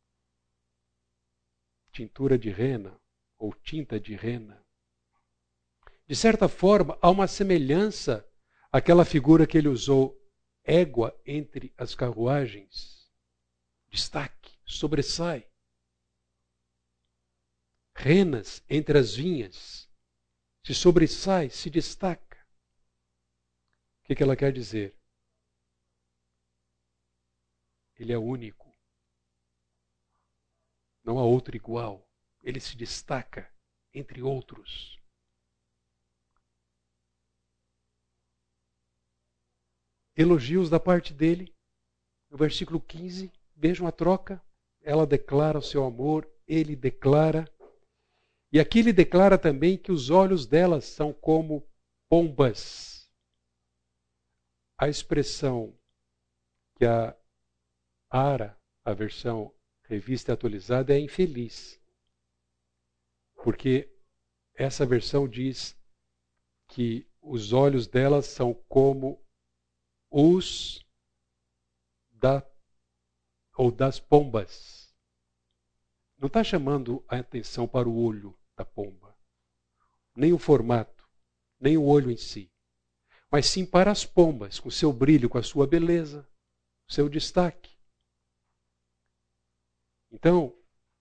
Tintura de rena ou tinta de rena. De certa forma, há uma semelhança àquela figura que ele usou, égua entre as carruagens. Destaque, sobressai. Renas entre as vinhas. Se sobressai, se destaca. O que ela quer dizer? Ele é único. Não há outro igual. Ele se destaca entre outros. Elogios da parte dele. No versículo 15, vejam a troca. Ela declara o seu amor, ele declara. E aqui ele declara também que os olhos delas são como pombas. A expressão que a ARA, a versão revista e atualizada, é infeliz. Porque essa versão diz que os olhos delas são como os das pombas. Não está chamando a atenção para o olho da pomba, nem o formato, nem o olho em si, mas sim para as pombas, com seu brilho, com a sua beleza, seu destaque. Então,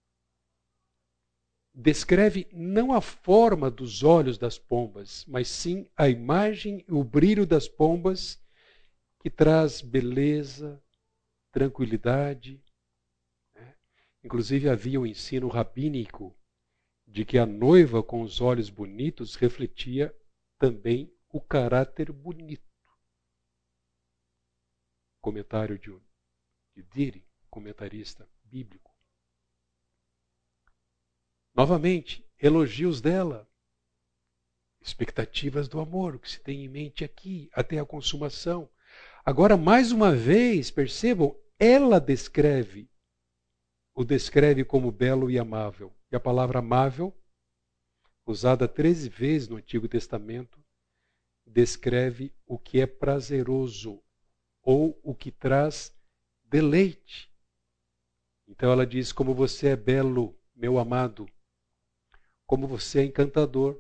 descreve não a forma dos olhos das pombas, mas sim a imagem e o brilho das pombas, que traz beleza, tranquilidade. Inclusive havia um ensino rabínico de que a noiva com os olhos bonitos refletia também o caráter bonito. Comentário de Diri, comentarista bíblico. Novamente, elogios dela, expectativas do amor, o que se tem em mente aqui, até a consumação. Agora, mais uma vez, percebam, ela o descreve como belo e amável. E a palavra amável, usada 13 vezes no Antigo Testamento, descreve o que é prazeroso ou o que traz deleite. Então ela diz: como você é belo, meu amado, como você é encantador.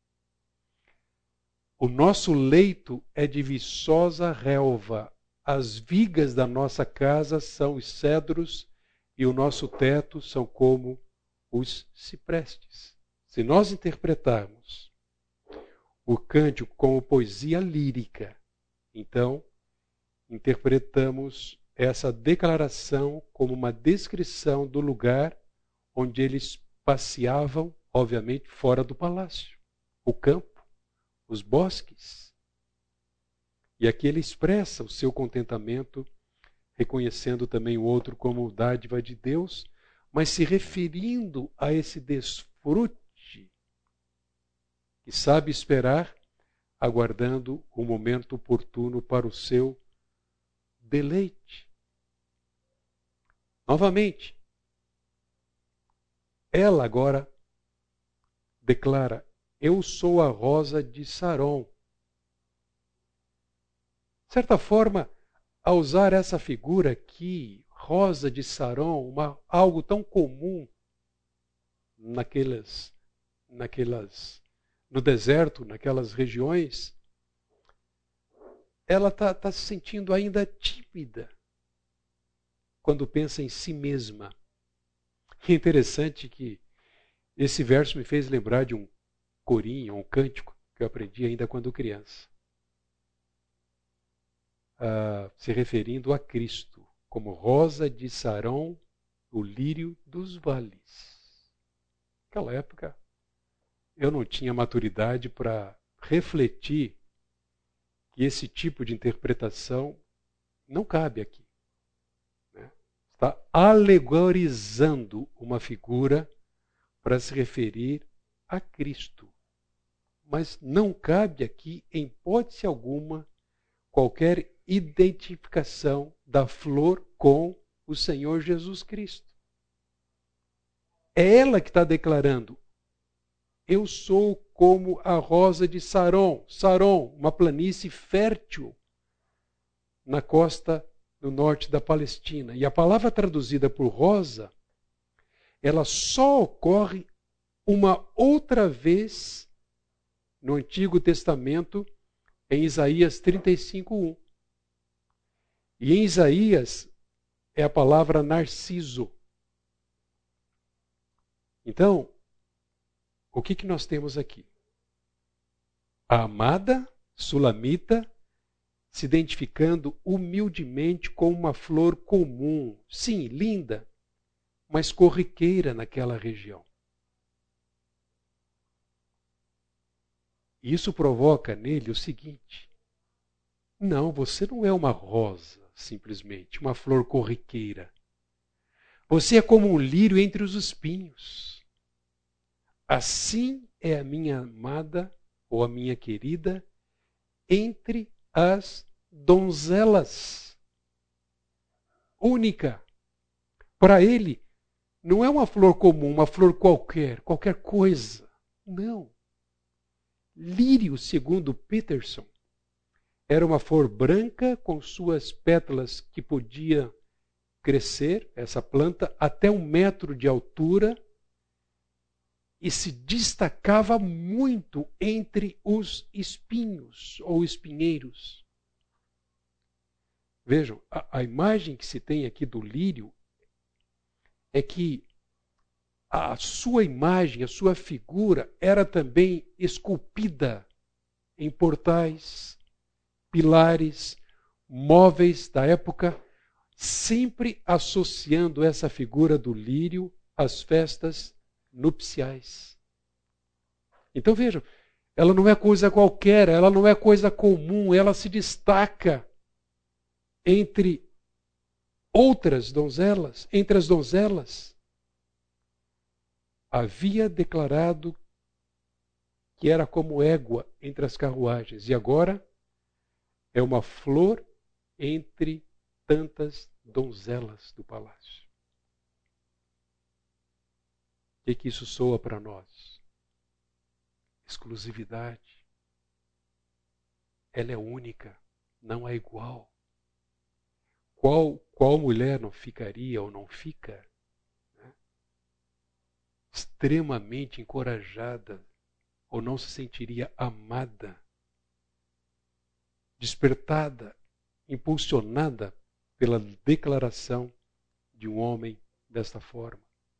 O nosso leito é de viçosa relva, as vigas da nossa casa são os cedros e o nosso teto são como os ciprestes. Se nós interpretarmos o cântico como poesia lírica, então interpretamos essa declaração como uma descrição do lugar onde eles passeavam, obviamente fora do palácio, o campo, os bosques. E aqui ele expressa o seu contentamento, reconhecendo também o outro como dádiva de Deus, mas se referindo a esse desfrute que sabe esperar, aguardando o momento oportuno para o seu deleite. Novamente, ela agora declara: eu sou a rosa de Saron. De certa forma, ao usar essa figura aqui, rosa de Saron, algo tão comum no deserto, naquelas regiões, ela está se sentindo ainda tímida quando pensa em si mesma. E é interessante que esse verso me fez lembrar de um corinho, um cântico que eu aprendi ainda quando criança. se referindo a Cristo, como rosa de Sarão, o lírio dos vales. Naquela época, eu não tinha maturidade para refletir que esse tipo de interpretação não cabe aqui. Né? Está alegorizando uma figura para se referir a Cristo. Mas não cabe aqui, em hipótese alguma, qualquer identificação da flor com o Senhor Jesus Cristo. É ela que está declarando: eu sou como a rosa de Saron. Saron, uma planície fértil na costa do norte da Palestina. E a palavra traduzida por rosa, ela só ocorre uma outra vez no Antigo Testamento, em Isaías 35:1. E em Isaías é a palavra narciso. Então, o que nós temos aqui? A amada sulamita se identificando humildemente com uma flor comum, sim, linda, mas corriqueira naquela região. Isso provoca nele o seguinte: não, você não é uma rosa, simplesmente, uma flor corriqueira. Você é como um lírio entre os espinhos. Assim é a minha amada, ou a minha querida, entre as donzelas. Única. Para ele, não é uma flor comum, uma flor qualquer coisa. Não. Lírio, segundo Peterson, era uma flor branca com suas pétalas que podia crescer, essa planta, até 1 metro de altura, e se destacava muito entre os espinhos ou espinheiros. Vejam, a imagem que se tem aqui do lírio é que a sua imagem, a sua figura era também esculpida em portais, pilares, móveis da época, sempre associando essa figura do lírio às festas nupciais. Então vejam, ela não é coisa qualquer, ela não é coisa comum, ela se destaca entre outras donzelas, entre as donzelas. Havia declarado que era como égua entre as carruagens, e agora é uma flor entre tantas donzelas do palácio. O que isso soa para nós? Exclusividade. Ela é única, não é igual. Qual mulher não ficaria ou não fica, né, extremamente encorajada ou não se sentiria amada, despertada, impulsionada pela declaração de um homem desta forma?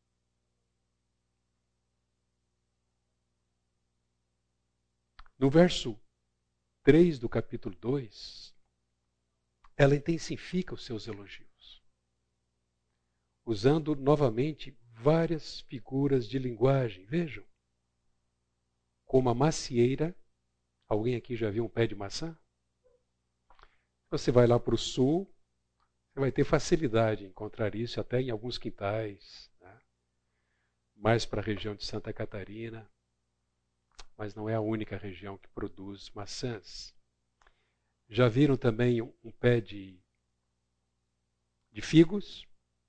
No verso 3 do capítulo 2, ela intensifica os seus elogios, usando novamente várias figuras de linguagem. Vejam, como a macieira. Alguém aqui já viu um pé de maçã? Você vai lá para o sul, você vai ter facilidade em encontrar isso até em alguns quintais, né? Mais para a região de Santa Catarina, mas não é a única região que produz maçãs. Já viram também um pé de figos?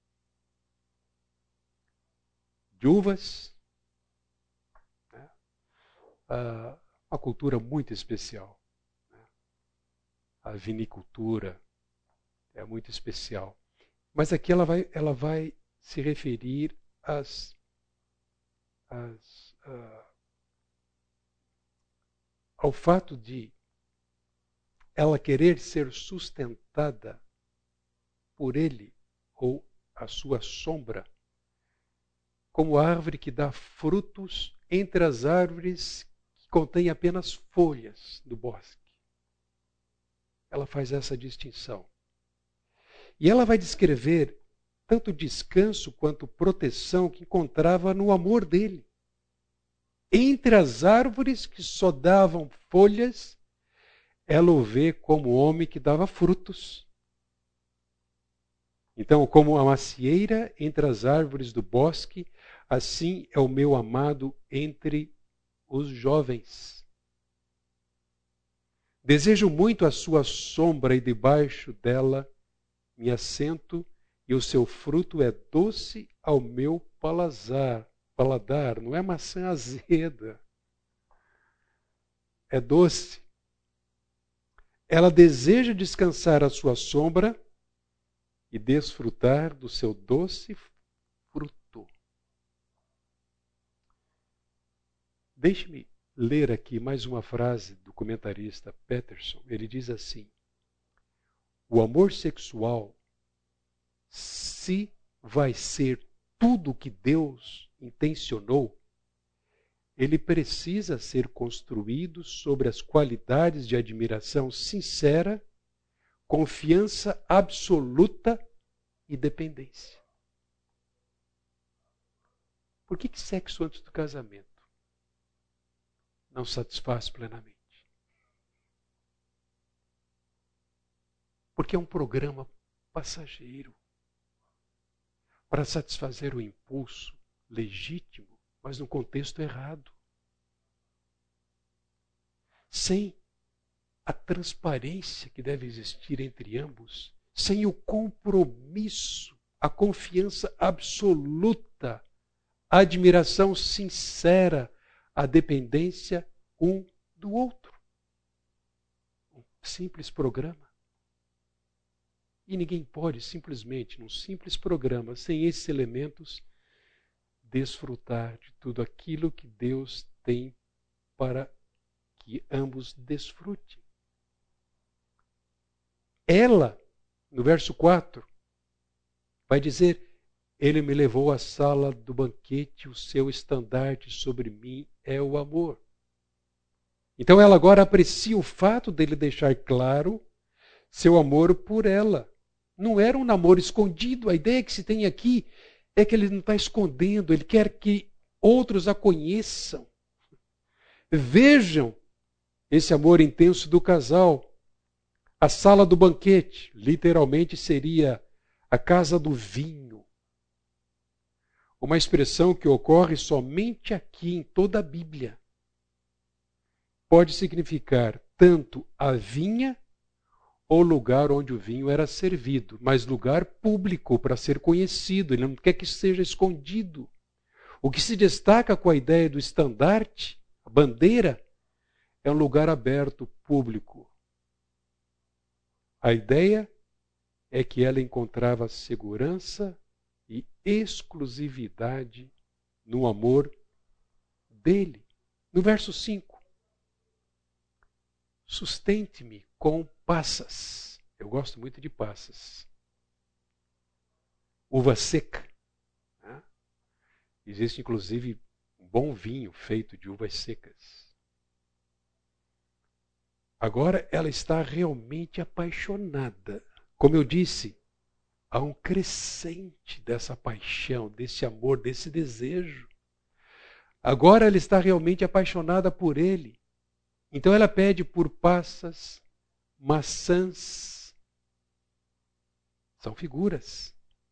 De uvas? Né? Uma cultura muito especial. Né? A vinicultura é muito especial. Mas aqui ela vai se referir ao fato de ela querer ser sustentada por ele, ou a sua sombra, como árvore que dá frutos entre as árvores que contêm apenas folhas do bosque. ela faz essa distinção. E ela vai descrever tanto descanso quanto proteção que encontrava no amor dele. Entre as árvores que só davam folhas, ela o vê como homem que dava frutos. Então, como a macieira entre as árvores do bosque, assim é o meu amado entre os jovens. Desejo muito a sua sombra e debaixo dela me assento, e o seu fruto é doce ao meu paladar. Não é maçã azeda, é doce. Ela deseja descansar à sua sombra e desfrutar do seu doce fruto. Deixe-me ler aqui mais uma frase do comentarista Peterson. Ele diz assim: o amor sexual, se vai ser tudo o que Deus intencionou, ele precisa ser construído sobre as qualidades de admiração sincera, confiança absoluta e dependência. Por que sexo antes do casamento não satisfaz plenamente? Porque é um programa passageiro para satisfazer o impulso legítimo, mas no contexto errado. Sem a transparência que deve existir entre ambos, sem o compromisso, a confiança absoluta, a admiração sincera, a dependência um do outro. Um simples programa. E ninguém pode simplesmente, num simples programa, sem esses elementos, desfrutar de tudo aquilo que Deus tem para que ambos desfrutem. Ela, no verso 4, vai dizer: ele me levou à sala do banquete, o seu estandarte sobre mim é o amor. Então ela agora aprecia o fato dele deixar claro seu amor por ela. Não era um namoro escondido. A ideia que se tem aqui é que ele não está escondendo, ele quer que outros a conheçam. Vejam esse amor intenso do casal. A sala do banquete, literalmente, seria a casa do vinho. Uma expressão que ocorre somente aqui em toda a Bíblia. Pode significar tanto a vinha ou lugar onde o vinho era servido, mas lugar público para ser conhecido. Ele não quer que seja escondido. O que se destaca com a ideia do estandarte, a bandeira, é um lugar aberto, público. A ideia é que ela encontrava segurança e exclusividade no amor dele. No verso 5. Sustente-me com passas. Eu gosto muito de passas. Uva seca. Né? Existe, inclusive, um bom vinho feito de uvas secas. Agora ela está realmente apaixonada. Como eu disse, há um crescente dessa paixão, desse amor, desse desejo. Agora ela está realmente apaixonada por ele. Então ela pede por passas, maçãs. São figuras.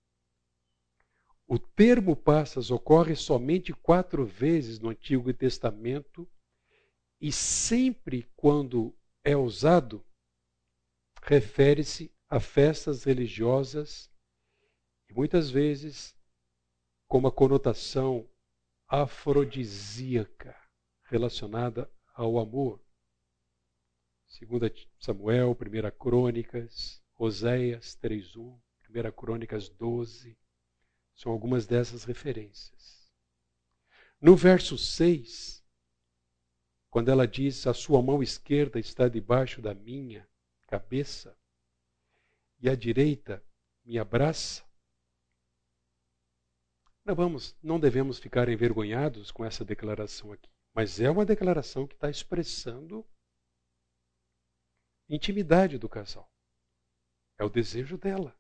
O termo passas ocorre somente 4 vezes no Antigo Testamento e sempre quando é usado, refere-se a festas religiosas e muitas vezes com uma conotação afrodisíaca relacionada ao amor. 2 Samuel, 1 Crônicas, Oséias 3:1, 1 Crônicas 12, são algumas dessas referências. No verso 6, quando ela diz: a sua mão esquerda está debaixo da minha cabeça e a direita me abraça, não devemos ficar envergonhados com essa declaração aqui, mas é uma declaração que está expressando intimidade do casal. É o desejo dela.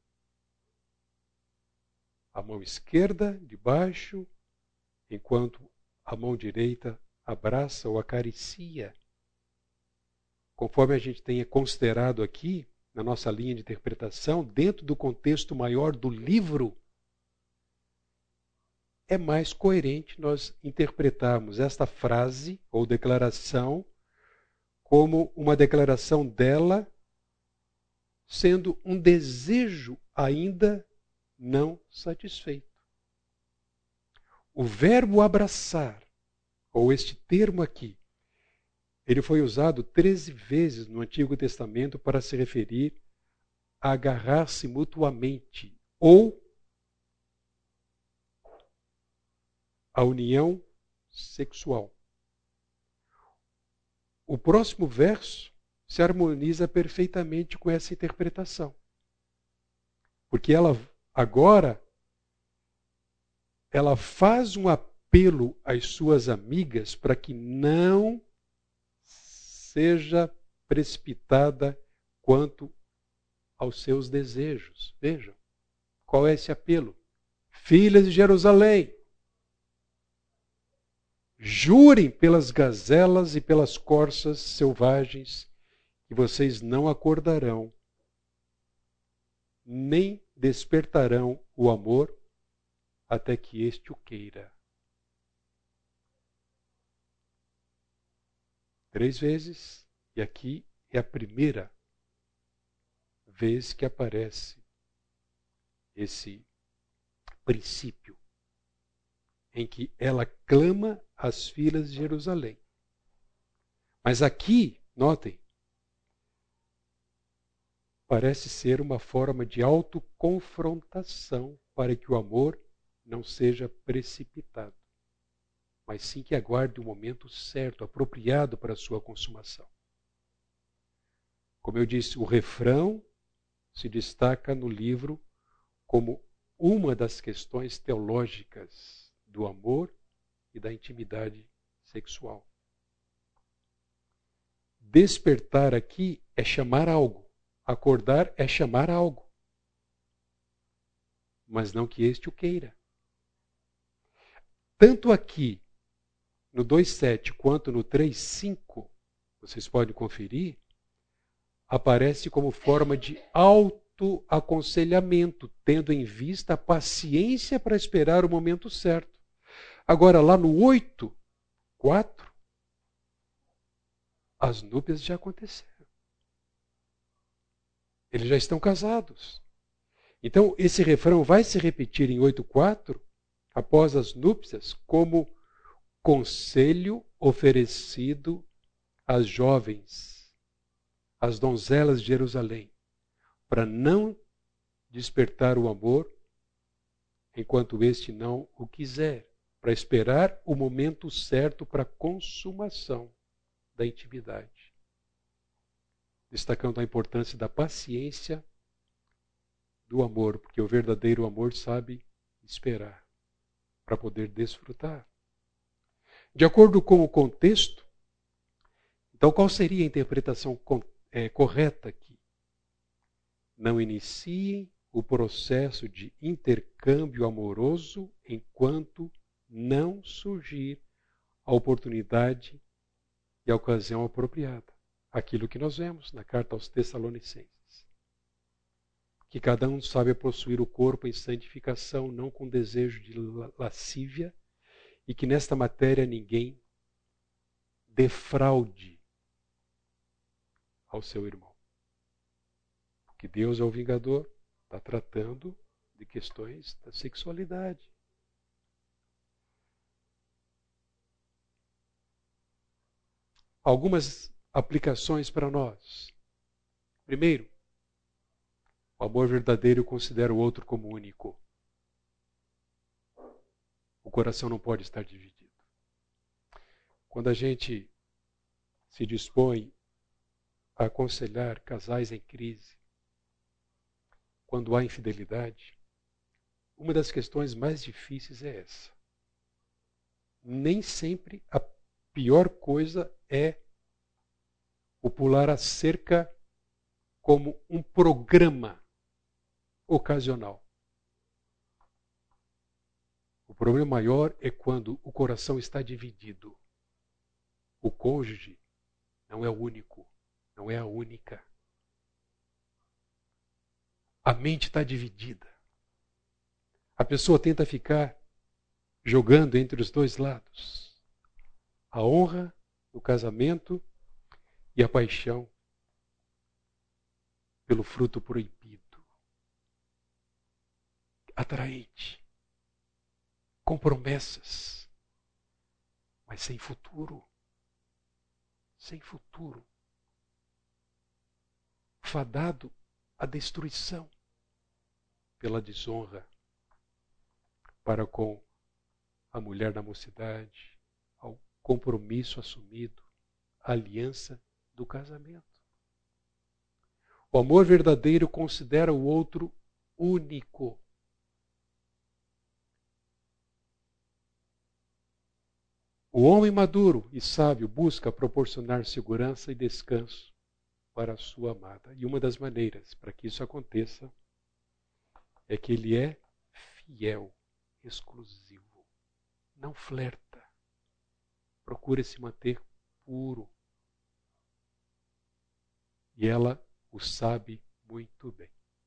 A mão esquerda de baixo, enquanto a mão direita abraça ou acaricia. Conforme a gente tenha considerado aqui, na nossa linha de interpretação, dentro do contexto maior do livro, é mais coerente nós interpretarmos esta frase ou declaração como uma declaração dela sendo um desejo ainda não satisfeito. O verbo abraçar, ou este termo aqui, ele foi usado 13 vezes no Antigo Testamento para se referir a agarrar-se mutuamente ou a união sexual. O próximo verso se harmoniza perfeitamente com essa interpretação. Porque ela faz um apelo às suas amigas para que não seja precipitada quanto aos seus desejos. Vejam, qual é esse apelo? Filhas de Jerusalém, jurem pelas gazelas e pelas corças selvagens que vocês não acordarão, nem despertarão o amor até que este o queira. 3 vezes, e aqui é a primeira vez que aparece esse princípio em que ela clama às filhas de Jerusalém. Mas aqui, notem, parece ser uma forma de autoconfrontação para que o amor não seja precipitado, mas sim que aguarde o momento certo, apropriado para a sua consumação. Como eu disse, o refrão se destaca no livro como uma das questões teológicas do amor e da intimidade sexual. Despertar aqui é chamar algo. Acordar é chamar algo. Mas não que este o queira. Tanto aqui, no 2,7, quanto no 3,5, vocês podem conferir, aparece como forma de autoaconselhamento, tendo em vista a paciência para esperar o momento certo. Agora, lá no 8,4, as núpcias já aconteceram. Eles já estão casados. Então, esse refrão vai se repetir em 8,4, após as núpcias, como conselho oferecido às jovens, às donzelas de Jerusalém, para não despertar o amor enquanto este não o quiser, para esperar o momento certo para a consumação da intimidade. Destacando a importância da paciência do amor, porque o verdadeiro amor sabe esperar para poder desfrutar. De acordo com o contexto, então qual seria a interpretação correta aqui? Não iniciem o processo de intercâmbio amoroso enquanto não surgir a oportunidade e a ocasião apropriada. Aquilo que nós vemos na carta aos Tessalonicenses. Que cada um sabe possuir o corpo em santificação, não com desejo de lascívia, e que nesta matéria ninguém defraude ao seu irmão. Porque Deus é o vingador, está tratando de questões da sexualidade. Algumas aplicações para nós. Primeiro, o amor verdadeiro considera o outro como único. O coração não pode estar dividido. Quando a gente se dispõe a aconselhar casais em crise, quando há infidelidade, uma das questões mais difíceis é essa. Nem sempre a pior coisa é o pular a cerca como um programa ocasional. O problema maior é quando o coração está dividido. O cônjuge não é o único, não é a única. A mente está dividida. A pessoa tenta ficar jogando entre os dois lados. A honra do casamento e a paixão pelo fruto proibido. Atraente. Com promessas, mas sem futuro. Sem futuro. Fadado à destruição pela desonra para com a mulher da mocidade, ao compromisso assumido, à aliança do casamento. O amor verdadeiro considera o outro único. O homem maduro e sábio busca proporcionar segurança e descanso para a sua amada. E uma das maneiras para que isso aconteça é que ele é fiel, exclusivo. Não flerta. Procura se manter puro. E ela o sabe muito bem.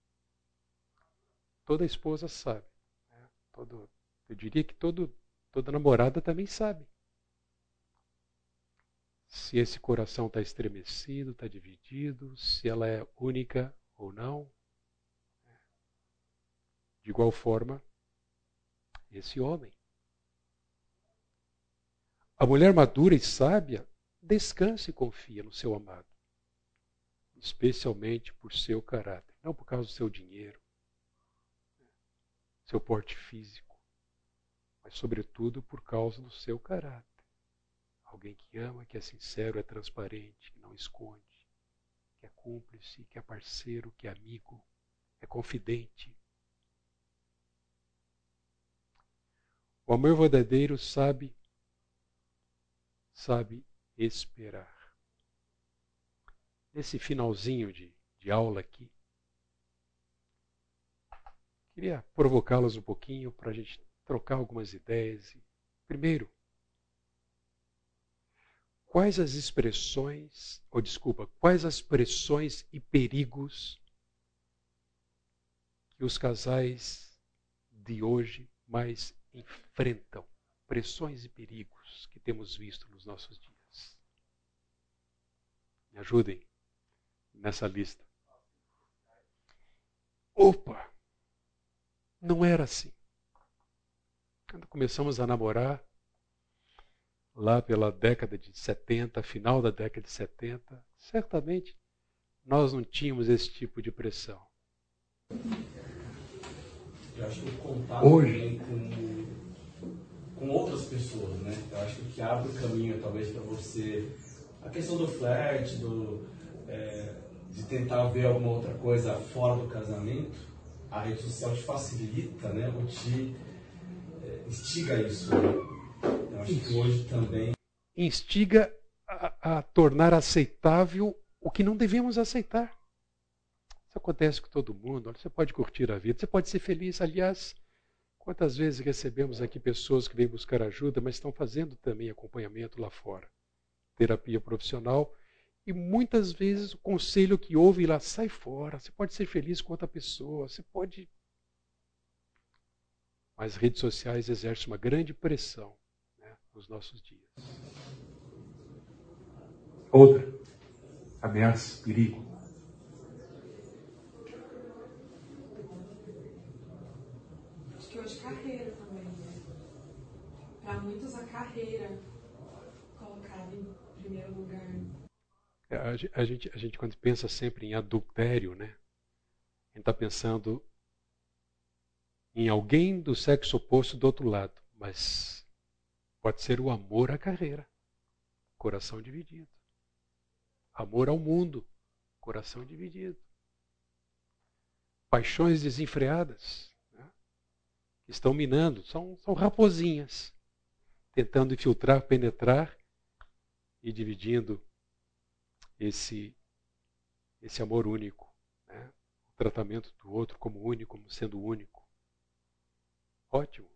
Toda esposa sabe. Né? Eu diria que toda namorada também sabe. Se esse coração está estremecido, está dividido, se ela é única ou não. De igual forma, esse homem. A mulher madura e sábia descansa e confia no seu amado, especialmente por seu caráter, não por causa do seu dinheiro, seu porte físico, mas sobretudo por causa do seu caráter. Alguém que ama, que é sincero, é transparente, que não esconde, que é cúmplice, que é parceiro, que é amigo, é confidente. O amor verdadeiro sabe esperar. Nesse finalzinho de aula aqui, queria provocá-los um pouquinho para a gente trocar algumas ideias. Primeiro, quais as pressões e perigos que os casais de hoje mais enfrentam? Pressões e perigos que temos visto nos nossos dias. Me ajudem nessa lista. Opa! Não era assim. Quando começamos a namorar, lá pela década de 70, final da década de 70, certamente nós não tínhamos esse tipo de pressão. Eu acho que o contato hoje com outras pessoas, né? Eu acho que o que abre o caminho, talvez, para você, a questão do flerte, de tentar ver alguma outra coisa fora do casamento, a rede social te facilita, né? Ou te instiga isso. Né? Eu acho que hoje também instiga a tornar aceitável o que não devemos aceitar. Isso acontece com todo mundo. Você pode curtir a vida, você pode ser feliz. Aliás, quantas vezes recebemos aqui pessoas que vêm buscar ajuda, mas estão fazendo também acompanhamento lá fora. Terapia profissional. E muitas vezes o conselho que ouve lá, sai fora. Você pode ser feliz com outra pessoa. Você pode... Mas as redes sociais exercem uma grande pressão, né, nos nossos dias. Outra. Ameaça, perigo. Acho que hoje carreira também, né? Para muitos a carreira colocada em primeiro lugar. A gente quando pensa sempre em adultério, né? A gente está pensando em alguém do sexo oposto do outro lado, mas pode ser o amor à carreira, coração dividido. Amor ao mundo, coração dividido. Paixões desenfreadas, né? Que estão minando, são raposinhas, tentando infiltrar, penetrar e dividindo esse esse amor único, né? O tratamento do outro como único, como sendo único. Ótimo.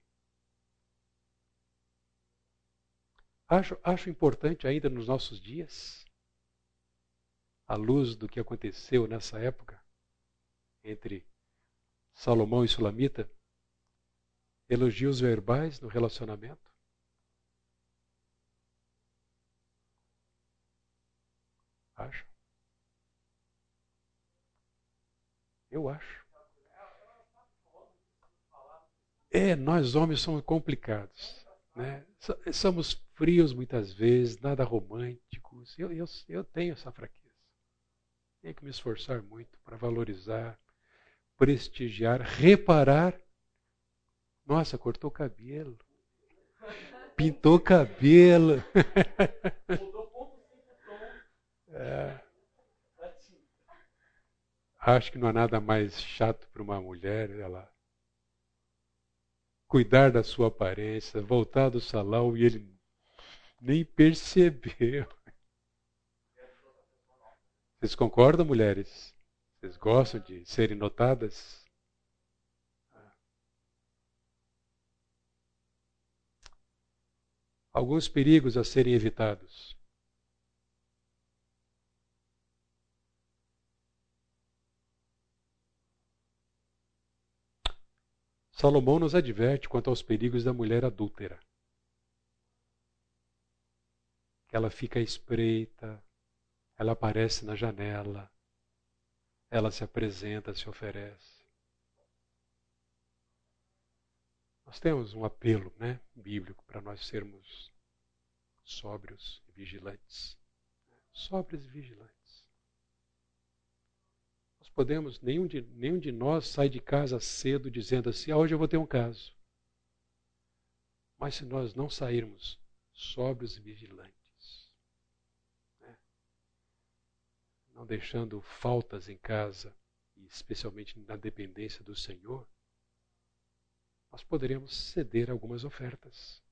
Acho importante ainda nos nossos dias, à luz do que aconteceu nessa época, entre Salomão e Sulamita, elogios verbais no relacionamento. Acho. Eu acho. Nós homens somos complicados, né? Somos frios muitas vezes, nada românticos. Eu tenho essa fraqueza. Tenho que me esforçar muito para valorizar, prestigiar, reparar. Nossa, cortou o cabelo. Pintou o cabelo. Acho que não há nada mais chato para uma mulher, ela cuidar da sua aparência, voltar do salão e ele nem percebeu. Vocês concordam, mulheres? Vocês gostam de serem notadas? Alguns perigos a serem evitados. Salomão nos adverte quanto aos perigos da mulher adúltera. Ela fica à espreita, ela aparece na janela, ela se apresenta, se oferece. Nós temos um apelo, né, bíblico para nós sermos sóbrios e vigilantes. Sóbrios e vigilantes. Nós podemos, nenhum de nós sai de casa cedo dizendo assim, hoje eu vou ter um caso. Mas se nós não sairmos sóbrios e vigilantes, né, não deixando faltas em casa, e especialmente na dependência do Senhor, nós poderemos ceder algumas ofertas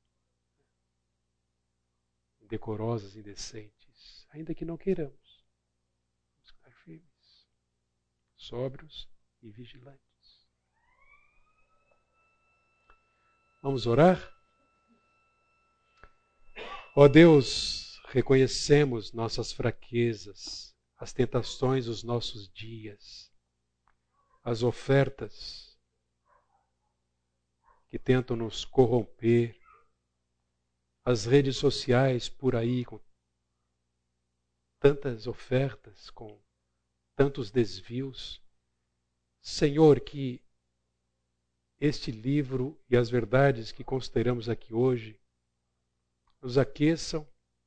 indecorosas, indecentes, ainda que não queiramos. Vamos ficar firmes, sóbrios e vigilantes. Vamos orar? Ó Deus, reconhecemos nossas fraquezas, as tentações dos nossos dias, as ofertas que tentam nos corromper, as redes sociais por aí com tantas ofertas, com tantos desvios. Senhor, que este livro e as verdades que consideramos aqui hoje nos aqueçam,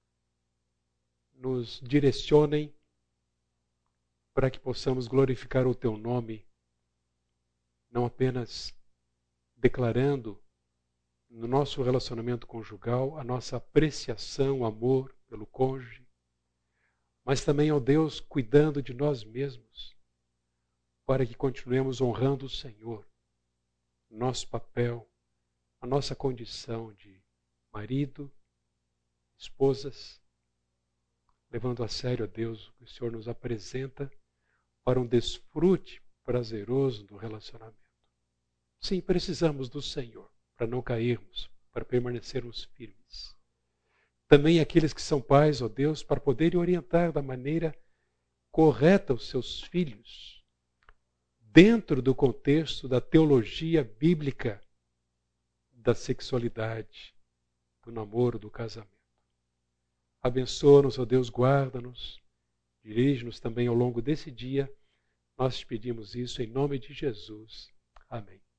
nos direcionem para que possamos glorificar o Teu nome, não apenas declarando no nosso relacionamento conjugal a nossa apreciação, amor pelo cônjuge, mas também, ó Deus, cuidando de nós mesmos, para que continuemos honrando o Senhor, nosso papel, a nossa condição de marido, esposas, levando a sério, ó Deus, o que o Senhor nos apresenta para um desfrute prazeroso do relacionamento. Sim, precisamos do Senhor para não cairmos, para permanecermos firmes. Também aqueles que são pais, ó Deus, para poderem orientar da maneira correta os seus filhos, dentro do contexto da teologia bíblica da sexualidade, do namoro, do casamento. Abençoa-nos, ó Deus, guarda-nos, dirige-nos também ao longo desse dia. Nós te pedimos isso em nome de Jesus. Amém.